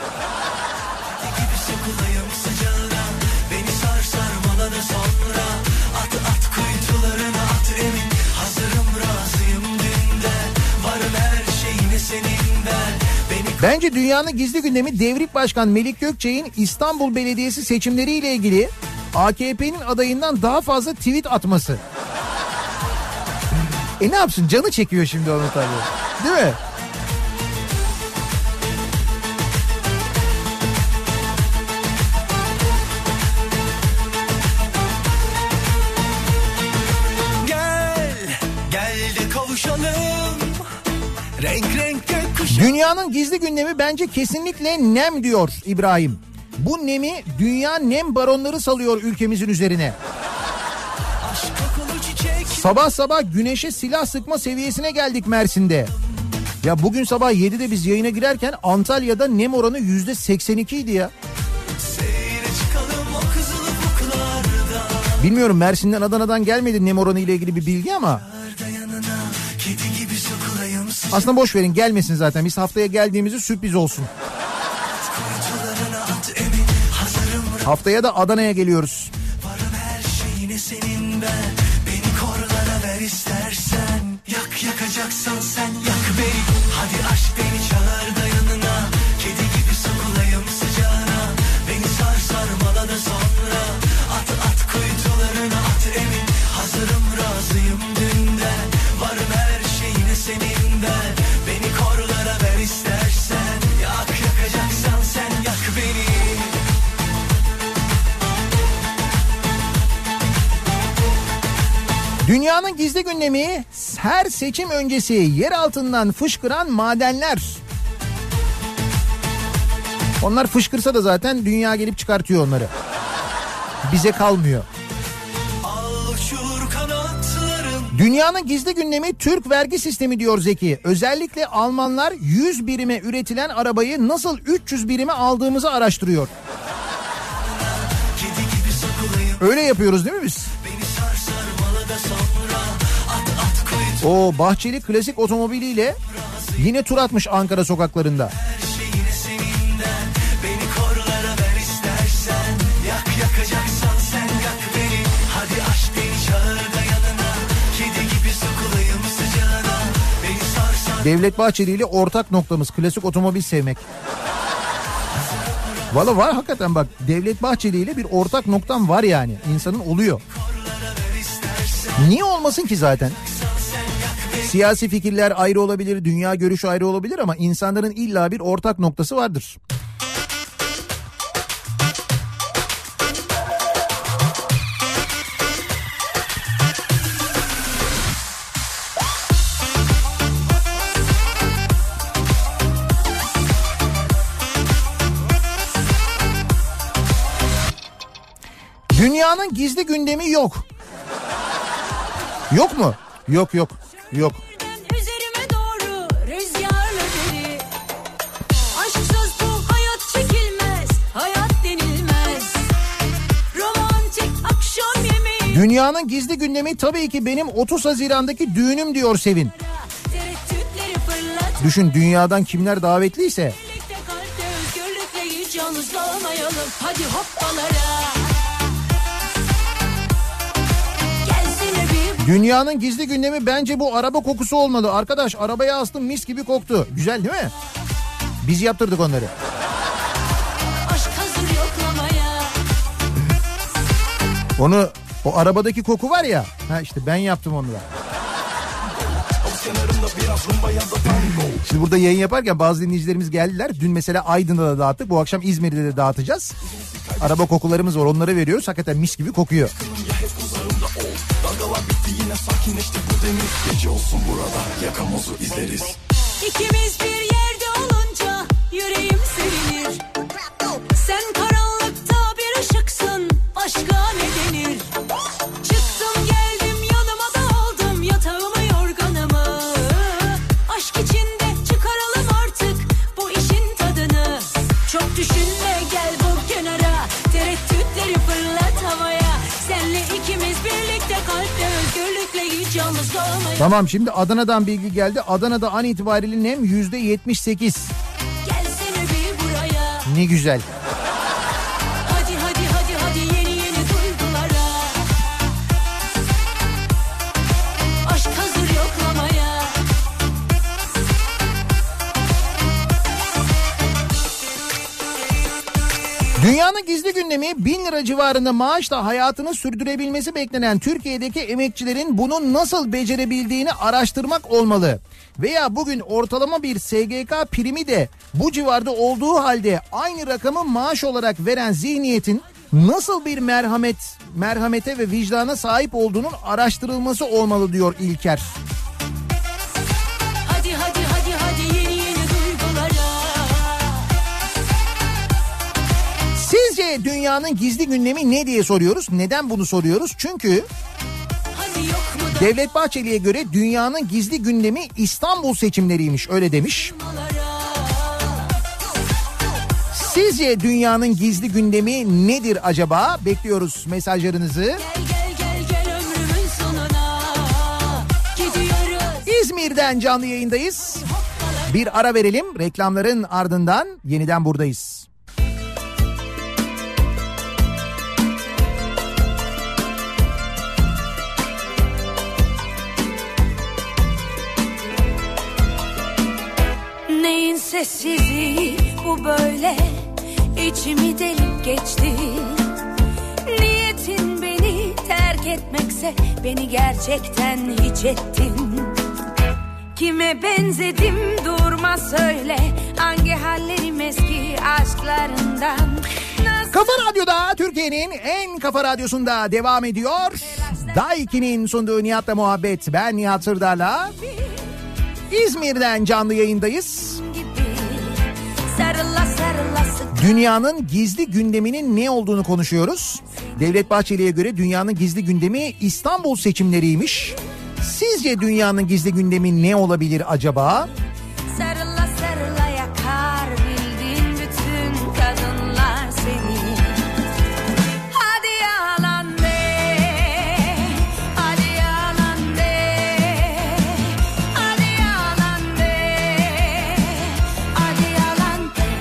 Speaker 6: Beni sar sarmala da sonra at at kuytularına at emin. Hazırım razıyım dünden. Varım her şeyine senin ben.
Speaker 1: Bence dünyanın gizli gündemi Devrik Başkan Melik Gökçek'in İstanbul Belediyesi seçimleriyle ilgili AKP'nin adayından daha fazla tweet atması. Ne yapsın, canı çekiyor şimdi onu tabii. Değil mi?
Speaker 6: Gel de kavuşalım. Renk renk gökkuşağı.
Speaker 1: Dünyanın gizli gündemi bence kesinlikle nem diyor İbrahim. Bu nemi dünya nem baronları salıyor ülkemizin üzerine. Sabah sabah güneşe silah sıkma seviyesine geldik Mersin'de. Ya bugün sabah 7'de biz yayına girerken Antalya'da nem oranı %82 idi ya. Bilmiyorum, Mersin'den Adana'dan gelmedi nem oranı ile ilgili bir bilgi ama. Aslında boş verin, gelmesin zaten. Biz haftaya geldiğimizde sürpriz olsun. Haftaya da Adana'ya geliyoruz.
Speaker 6: İstersen yak, yakacaksan sen yak beni. Hadi aşk beni çağır da yanına. Kedi gibi sokulayım sıcağına. Beni sar sarmala da sonra at at kuytularına at emin. Hazırım razıyım dünden. Varım her şeyine senin ben. Beni korlara ver istersen. Yak, yakacaksan sen yak beni.
Speaker 1: Dünyanın gizli gündemi her seçim öncesi yer altından fışkıran madenler. Onlar fışkırsa da zaten dünya gelip çıkartıyor onları. Bize kalmıyor. Dünyanın gizli gündemi Türk vergi sistemi diyor Zeki. Özellikle Almanlar 100 birime üretilen arabayı nasıl 300 birime aldığımızı araştırıyor. Öyle yapıyoruz değil mi biz? O Bahçeli klasik otomobiliyle yine tur atmış Ankara sokaklarında. Devlet Bahçeli ile ortak noktamız klasik otomobil sevmek. Valla var hakikaten, bak Devlet Bahçeli ile bir ortak noktam var yani. İnsanın oluyor. Niye olmasın ki zaten? Siyasi fikirler ayrı olabilir, dünya görüşü ayrı olabilir ama insanların illa bir ortak noktası vardır. Dünyanın gizli gündemi yok. Yok mu? Yok.
Speaker 5: Üzerime doğru rüzgarla deri. Aşksız bu hayat çekilmez, hayat denilmez. Romantik akşam yemeği.
Speaker 1: Dünyanın gizli gündemi tabii ki benim 30 Haziran'daki düğünüm diyor Sevin. Düşün, dünyadan kimler davetliyse.
Speaker 5: Birlikte kalpte özgürlükle hiç yalnız kalmayalım. Hadi hoppalara.
Speaker 1: Dünyanın gizli gündemi bence bu araba kokusu olmalı. Arkadaş arabaya astım, mis gibi koktu. Güzel değil mi? Biz yaptırdık onları.
Speaker 5: Aşk hazır yoklamaya.
Speaker 1: Onu, o arabadaki koku var ya. Ha işte ben yaptım onu da. Şimdi burada yayın yaparken bazı dinleyicilerimiz geldiler. Dün mesela Aydın'da da dağıttık. Bu akşam İzmir'de de dağıtacağız. Araba kokularımız var, onları veriyoruz. Hakikaten mis gibi kokuyor.
Speaker 8: Sakinleşti bu deniz. Gece olsun burada, yakamozu izleriz.
Speaker 5: İkimiz bir yerde olunca yüreğim sevinir. Sen karanlıkta bir ışıksın, başka ne denir? Çıktım geldim, yanıma da aldım yatağımı yorganımı. Aşk içinde çıkaralım artık bu işin tadını. Çok düşünme, gel bu kenara, tereddütleri fırlat havaya. Senle ikimiz birlikte kalpte özgürlükle hiç yalnız kalmayız.
Speaker 1: Tamam, şimdi Adana'dan bilgi geldi. Adana'da an itibariyle nem %78. Ne güzel.
Speaker 5: Hadi hadi hadi hadi yeni yeni duygulara. Aşk hazır yoklamaya.
Speaker 1: Dünyanın gizli gündemi 1000 lira civarında maaşla hayatını sürdürebilmesi beklenen Türkiye'deki emekçilerin bunu nasıl becerebildiğini araştırmak olmalı. Veya bugün ortalama bir SGK primi de bu civarda olduğu halde aynı rakamı maaş olarak veren zihniyetin nasıl bir merhamete ve vicdana sahip olduğunun araştırılması olmalı diyor İlker.
Speaker 5: Hadi hadi hadi hadi yeni yeni duygulara.
Speaker 1: Sizce dünyanın gizli gündemi ne diye soruyoruz? Neden bunu soruyoruz? Çünkü
Speaker 5: Hadi yok mu da
Speaker 1: Devlet Bahçeli'ye göre dünyanın gizli gündemi İstanbul seçimleriymiş, öyle demiş. Sizce dünyanın gizli gündemi nedir acaba? Bekliyoruz mesajlarınızı.
Speaker 5: gel ömrümün sonuna. Gidiyoruz.
Speaker 1: İzmir'den canlı yayındayız. Bir ara verelim, reklamların ardından yeniden buradayız.
Speaker 5: Neyin sessizliği bu böyle, içimi delip geçti. Niyetin beni terk etmekse beni gerçekten hiç ettin. Kime benzedim durma söyle, hangi hallerim eski aşklarından.
Speaker 1: Kafa Radyo'da, Türkiye'nin en kafa radyosunda devam ediyor. Daiki'nin sunduğu Nihat'la muhabbet, ben Nihat Sırdar'la. İzmir'den canlı yayındayız.
Speaker 5: Sarıla sarıla sık.
Speaker 1: Dünyanın gizli gündeminin ne olduğunu konuşuyoruz. Devlet Bahçeli'ye göre dünyanın gizli gündemi İstanbul seçimleriymiş. Sizce dünyanın gizli gündemi ne olabilir acaba?
Speaker 5: Sarıla sarıla yakar bildiğin bütün kadınlar seni. Hadi yalan de, hadi yalan de, hadi yalan de, hadi yalan de.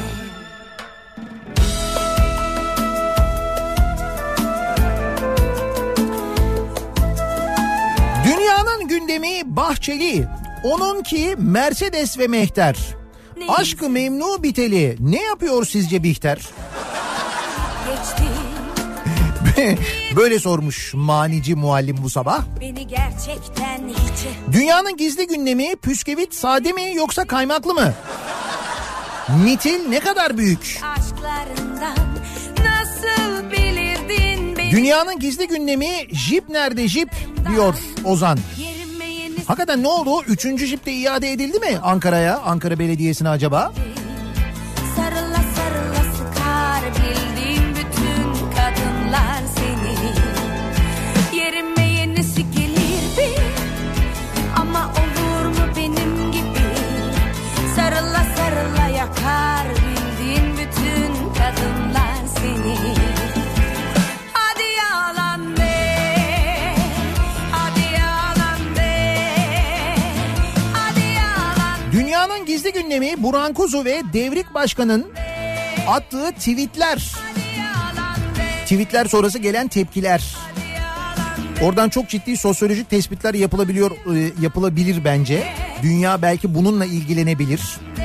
Speaker 1: Dünyanın gündemi Bahçeli. Onunki Mercedes ve Mehter. Aşkı Memnu biteli. Ne yapıyor sizce Bihter?
Speaker 5: Geçti
Speaker 1: Böyle sormuş manici muallim bu sabah.
Speaker 5: beni gerçekten hiç.
Speaker 1: Dünyanın gizli gündemi püskevit sade mi yoksa kaymaklı mı? Mitil ne kadar büyük?
Speaker 5: Aşklarından nasıl bilirdin beni?
Speaker 1: Dünyanın gizli gündemi jip nerede jip diyor Ozan.
Speaker 5: Yerime yeni
Speaker 1: Hakikaten ne oldu? 3. jip de iade edildi mi Ankara'ya? Ankara Belediyesi'ne acaba?
Speaker 5: sarıla sarıla sıkar bildiğim bütün kadınlar seni. Yerime yenisi gelirdi ama olur mu benim gibi? Sarıla sarıla yakar bildiğin bütün kadınlar seni. Hadi yalan de, hadi yalan de, hadi yalan.
Speaker 1: Dünyanın gizli gündemi Burhan Kuzu ve Devrik Başkan'ın attığı tweetler. Tweetler sonrası gelen tepkiler. Oradan çok ciddi sosyolojik tespitler yapılabilir bence. Dünya belki bununla ilgilenebilir.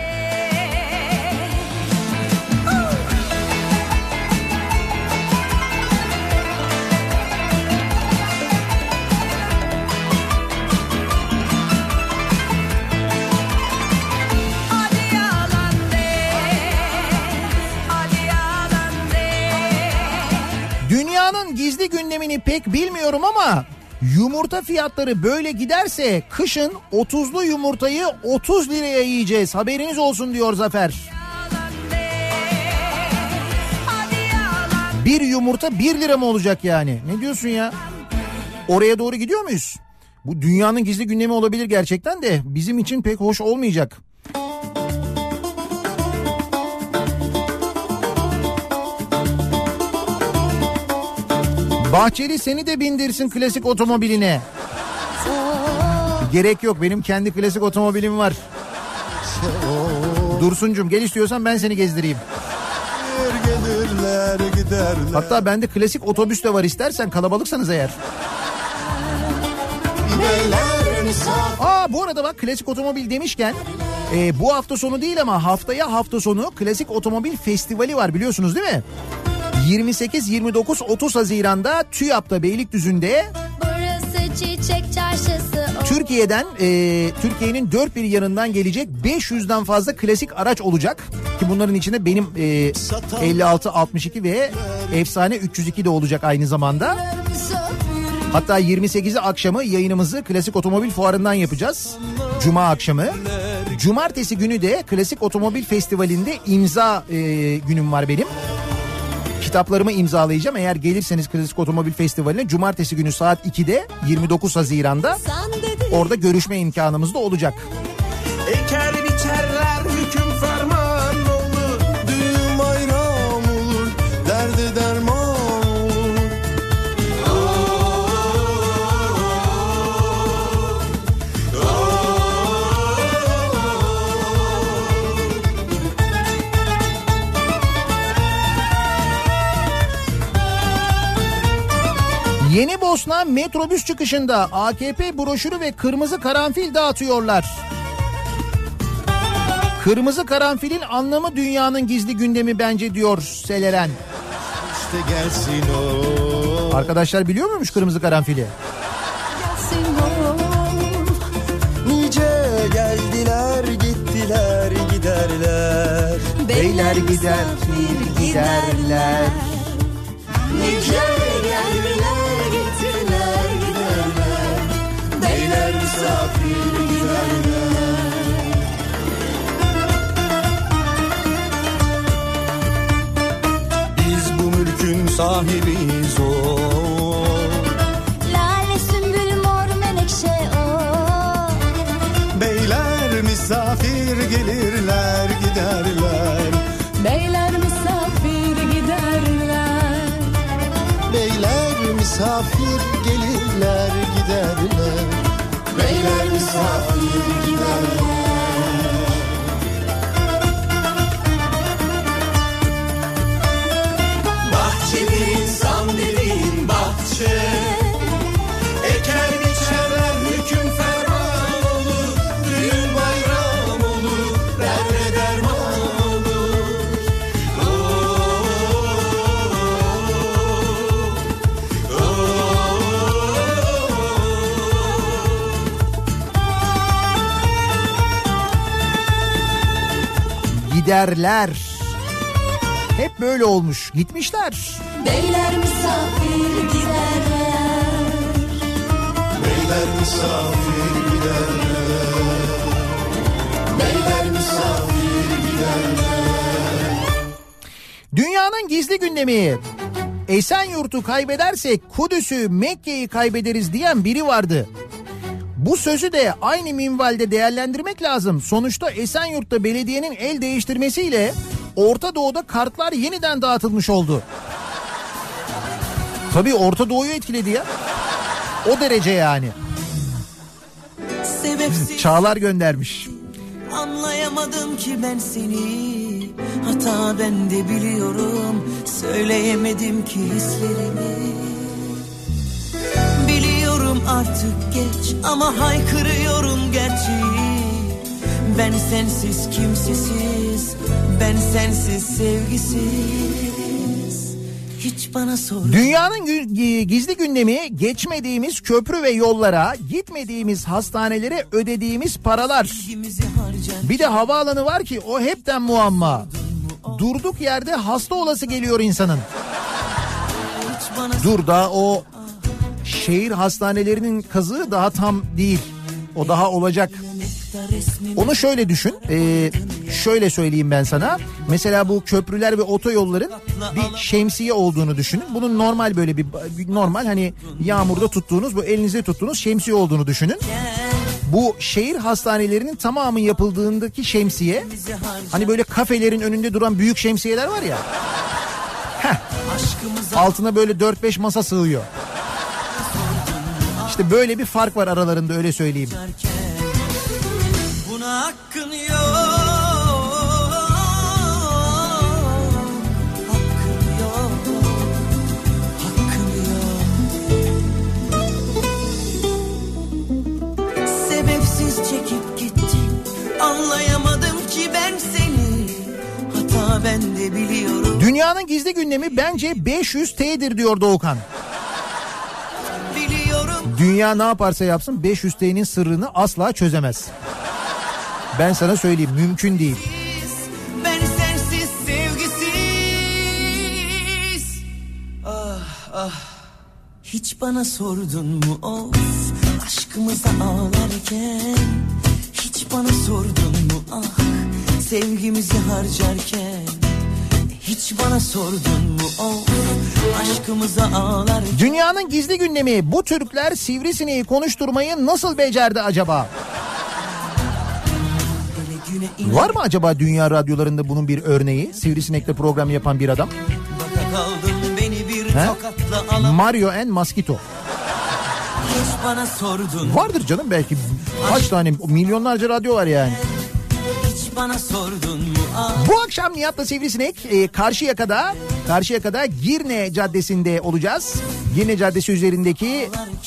Speaker 5: Hadi yalan de, hadi yalan de.
Speaker 1: Dünyanın gizli gündemini pek bilmiyorum ama yumurta fiyatları böyle giderse kışın 30'lu yumurtayı 30 liraya yiyeceğiz. Haberiniz olsun diyor Zafer. Bir yumurta 1 lira mı olacak yani? Ne diyorsun ya? Oraya doğru gidiyor muyuz? Bu dünyanın gizli gündemi olabilir gerçekten de bizim için pek hoş olmayacak. Bahçeli seni de bindirsin klasik otomobiline. Gerek yok, benim kendi klasik otomobilim var. Dursuncum gel istiyorsan ben seni gezdireyim.
Speaker 10: gelirler giderler.
Speaker 1: Hatta bende klasik otobüs de var, istersen kalabalıksanız eğer. Bu arada bak, klasik otomobil demişken bu hafta sonu değil ama haftaya hafta sonu Klasik Otomobil Festivali var, biliyorsunuz değil mi? 28, 29, 30 Haziran'da TÜYAP'ta Beylikdüzü'nde Türkiye'nin dört bir yanından gelecek 500'den fazla klasik araç olacak. Ki bunların içinde benim 56, 62 ve efsane 302 de olacak aynı zamanda. Hatta 28'i akşamı yayınımızı Klasik Otomobil Fuarı'ndan yapacağız. Cuma akşamı. Cumartesi günü de Klasik Otomobil Festivali'nde imza günüm var benim. Kitaplarımı imzalayacağım. Eğer gelirseniz Klasik Otomobil Festivali'ne cumartesi günü saat 2'de 29 Haziran'da orada görüşme imkanımız da olacak.
Speaker 10: Eker biçerler hüküm ferman olur, düğün bayram olur, derde derman olur.
Speaker 1: Yeni Bosna metrobüs çıkışında AKP broşürü ve kırmızı karanfil dağıtıyorlar. Kırmızı karanfilin anlamı dünyanın gizli gündemi bence, diyor Seleren.
Speaker 10: İşte gelsin o.
Speaker 1: Arkadaşlar biliyor muymuş kırmızı karanfili?
Speaker 10: Nice geldiler gittiler giderler.
Speaker 1: Beyler gider giderler.
Speaker 10: Nice geldiler gittiler giderler. Beyler misafir giderler. Biz bu mülkün sahibiyiz o.
Speaker 5: Lale sümbül mor menekşe o.
Speaker 10: Beyler misafir gelirler giderler.
Speaker 5: Beyler misafir giderler.
Speaker 10: Beyler misafir gelirler giderler. Beyler misafir giderler. Bahçe bir insan dediğin bahçe. Eker biçerler hüküm ferman olur. Düğün bayram olur. Derde derman olur.
Speaker 1: Giderler. Hep böyle olmuş. Gitmişler.
Speaker 5: Beyler misafir giderler.
Speaker 10: Beyler misafir giderler. Beyler misafir giderler.
Speaker 1: Dünyanın gizli gündemi. Esenyurt'u kaybedersek Kudüs'ü, Mekke'yi kaybederiz diyen biri vardı. Bu sözü de aynı minvalde değerlendirmek lazım. Sonuçta Esenyurt'ta belediyenin el değiştirmesiyle Orta Doğu'da kartlar yeniden dağıtılmış oldu. Tabii Orta Doğu'yu etkiledi ya. O derece yani.
Speaker 6: Sebepsiz
Speaker 1: Çağlar göndermiş.
Speaker 6: anlayamadım ki ben seni. Hata ben de biliyorum. Söyleyemedim ki hislerimi. Biliyorum artık geç ama haykırıyorum gerçeği. Ben sensiz kimsesiz, ben sensiz sevgisiz. Hiç bana sor.
Speaker 1: Dünyanın gizli gündemi, geçmediğimiz köprü ve yollara, gitmediğimiz hastanelere ödediğimiz paralar. Bir de havaalanı var ki o hepten muamma. Durduk yerde hasta olası geliyor insanın. Dur, daha o şehir hastanelerinin kazığı daha tam değil. O daha olacak. Onu şöyle düşün. Şöyle söyleyeyim ben sana. Mesela bu köprüler ve otoyolların bir şemsiye olduğunu düşünün. Bunun normal böyle bir normal hani yağmurda tuttuğunuz, bu elinizde tuttuğunuz şemsiye olduğunu düşünün. Bu şehir hastanelerinin tamamı yapıldığındaki şemsiye, hani böyle kafelerin önünde duran büyük şemsiyeler var ya. Altına böyle 4-5 masa sığıyor. İşte böyle bir fark var aralarında, öyle söyleyeyim.
Speaker 6: Buna hakkın yok. Hakkın
Speaker 1: Dünyanın gizli gündemi bence 500T'dir diyor Doğukan. Dünya ne yaparsa yapsın 500T'nin sırrını asla çözemez. Ben sana söyleyeyim, mümkün değil.
Speaker 6: Ben sensiz sevgisiz. Ah ah. Hiç bana sordun mu of aşkımıza ağlarken? Hiç bana sordun mu ah sevgimizi harcarken? Hiç bana sordun mu of aşkımıza ağlarken?
Speaker 1: Dünyanın gizli gündemi, bu Türkler sivrisineği konuşturmayı nasıl becerdi acaba? Var mı acaba dünya radyolarında bunun bir örneği? Sivrisinekle program yapan bir adam. Mario and Mosquito.
Speaker 6: Bana sordun.
Speaker 1: Vardır canım belki. Kaç tane, milyonlarca radyo var yani.
Speaker 6: Hiç bana sordun mu?
Speaker 1: Bu akşam Nihat'la Sivrisinek Karşıyaka'da Girne Caddesi'nde olacağız. Girne Caddesi üzerindeki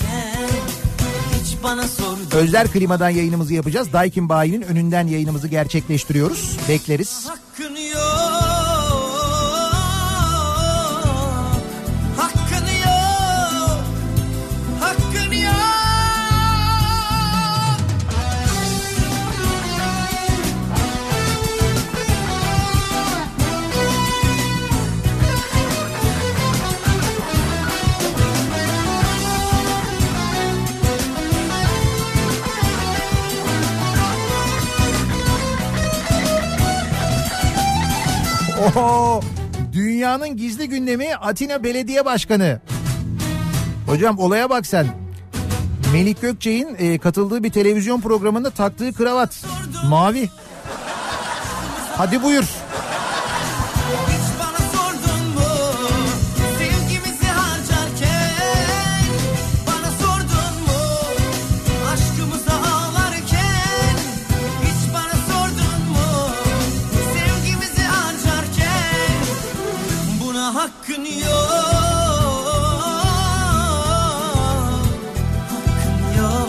Speaker 1: Özler Klima'dan yayınımızı yapacağız. Daikin Bayi'nin önünden yayınımızı gerçekleştiriyoruz. Bekleriz.
Speaker 6: Hakkın yok. Hakkın yok. Hakkın yok.
Speaker 1: Oho, dünyanın gizli gündemi Atina Belediye Başkanı. Hocam olaya bak sen. Melik Gökçek'in katıldığı bir televizyon programında taktığı kravat mavi. Hadi buyur.
Speaker 6: Hakkın yok. Hakkın yok.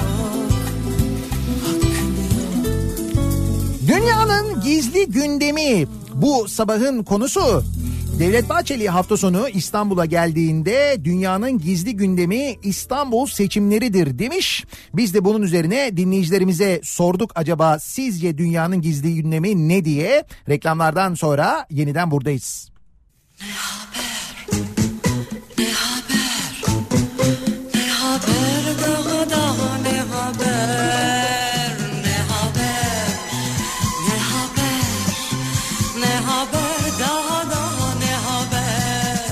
Speaker 6: Hakkın yok.
Speaker 1: Dünyanın gizli gündemi bu sabahın konusu. Devlet Bahçeli hafta sonu İstanbul'a geldiğinde dünyanın gizli gündemi İstanbul seçimleridir demiş. Biz de bunun üzerine dinleyicilerimize sorduk, acaba sizce dünyanın gizli gündemi ne diye. Reklamlardan sonra yeniden buradayız.
Speaker 5: Ne haber? Ne haber? Ne haber daha daha ne haber? Ne haber? Ne haber? Ne haber daha daha ne haber?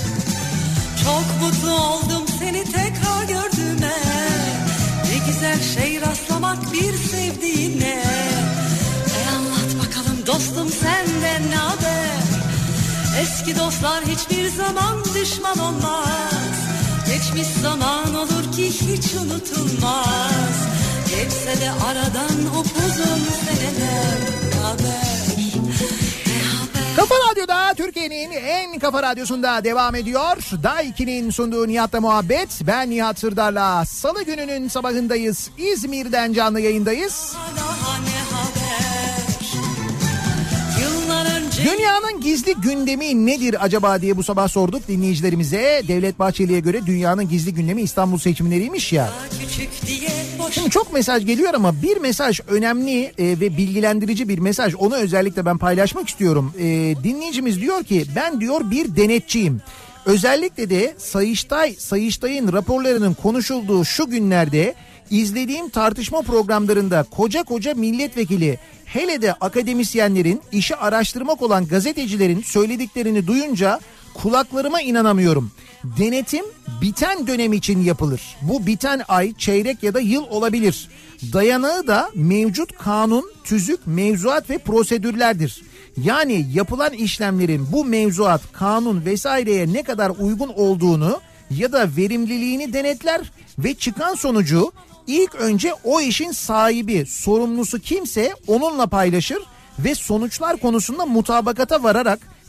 Speaker 5: Çok mutlu oldum seni tekrar gördüğüme. Ne güzel şey rastlamak bir sevdiğine. Anlat bakalım dostum senden ne haber? Eski dostlar hiçbir zaman düşman olmaz. Geçmiş zaman olur ki hiç unutulmaz. Geçse de aradan upuzun seneler. Ne haber? Ne haber?
Speaker 1: Kafa Radyo'da, Türkiye'nin en kafa radyosunda devam ediyor. Daiki'nin sunduğu Nihat'la muhabbet. Ben Nihat Sırdar'la Salı gününün sabahındayız. İzmir'den canlı yayındayız.
Speaker 5: Daha ne haber? Yıllar önce...
Speaker 1: Dünyanın gizli gündemi nedir acaba diye bu sabah sorduk dinleyicilerimize. Devlet Bahçeli'ye göre dünyanın gizli gündemi İstanbul seçimleriymiş ya. Şimdi çok mesaj geliyor ama bir mesaj önemli ve bilgilendirici bir mesaj. Onu özellikle ben paylaşmak istiyorum. Dinleyicimiz diyor ki ben diyor bir denetçiyim. Özellikle de Sayıştay'ın raporlarının konuşulduğu şu günlerde izlediğim tartışma programlarında koca milletvekili, hele de akademisyenlerin, işi araştırmak olan gazetecilerin söylediklerini duyunca kulaklarıma inanamıyorum. Denetim biten dönem için yapılır. Bu biten ay, çeyrek ya da yıl olabilir. Dayanağı da mevcut kanun, tüzük, mevzuat ve prosedürlerdir. Yani yapılan işlemlerin bu mevzuat, kanun vesaireye ne kadar uygun olduğunu ya da verimliliğini denetler ve çıkan sonucu ilk önce o işin sahibi, sorumlusu kimse onunla paylaşır ve sonuçlar konusunda mutabakata vararak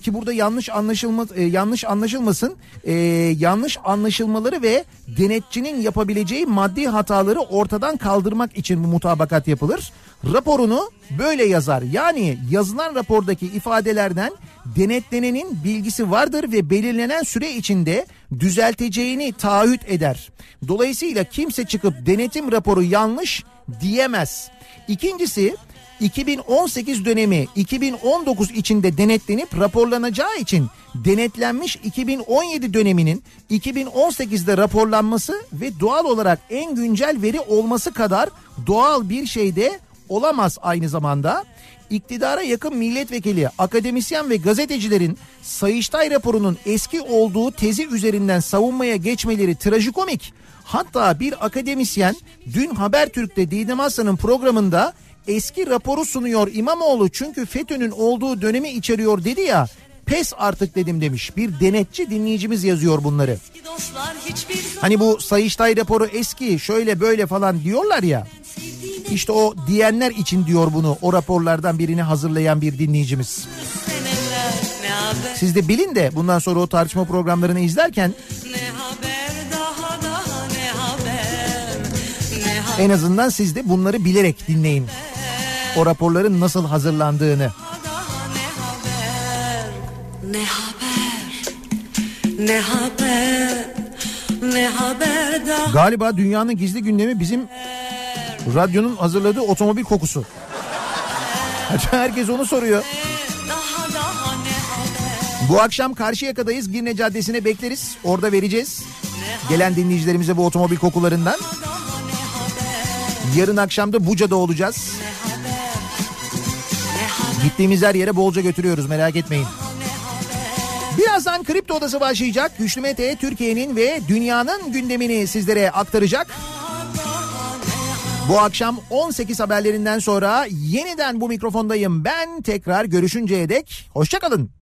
Speaker 1: ki burada yanlış anlaşılmasın, yanlış anlaşılmaları ve denetçinin yapabileceği maddi hataları ortadan kaldırmak için bu mutabakat yapılır. Raporunu böyle yazar. Yani yazılan rapordaki ifadelerden denetlenenin bilgisi vardır ve belirlenen süre içinde düzelteceğini taahhüt eder. Dolayısıyla kimse çıkıp denetim raporu yanlış diyemez. İkincisi, 2018 dönemi 2019 içinde denetlenip raporlanacağı için denetlenmiş 2017 döneminin 2018'de raporlanması ve doğal olarak en güncel veri olması kadar doğal bir şey de olamaz aynı zamanda. İktidara yakın milletvekili, akademisyen ve gazetecilerin Sayıştay raporunun eski olduğu tezi üzerinden savunmaya geçmeleri trajikomik. Hatta bir akademisyen dün Habertürk'te Didem Aslan'ın programında eski raporu sunuyor İmamoğlu çünkü FETÖ'nün olduğu dönemi içeriyor dedi ya, pes artık dedim demiş. Bir denetçi dinleyicimiz yazıyor bunları. Hani bu Sayıştay raporu eski şöyle böyle falan diyorlar ya. İşte o diyenler için diyor bunu, o raporlardan birini hazırlayan bir dinleyicimiz. Siz de bilin de bundan sonra o tartışma programlarını izlerken en azından siz de bunları bilerek dinleyin. O raporların nasıl hazırlandığını.
Speaker 5: Ne haber, ne haber, ne haber daha.
Speaker 1: Galiba dünyanın gizli gündemi bizim radyonun hazırladığı otomobil kokusu. Herkes onu soruyor. Bu akşam Karşıyaka'dayız. Girne Caddesi'ne bekleriz. Orada vereceğiz gelen dinleyicilerimize bu otomobil kokularından. Yarın akşam da Buca'da olacağız. Gittiğimiz her yere bolca götürüyoruz, merak etmeyin. Birazdan Kripto Odası başlayacak. Güçlü Mete Türkiye'nin ve dünyanın gündemini sizlere aktaracak. Bu akşam 18 haberlerinden sonra yeniden bu mikrofondayım. Ben tekrar görüşünceye dek hoşça kalın.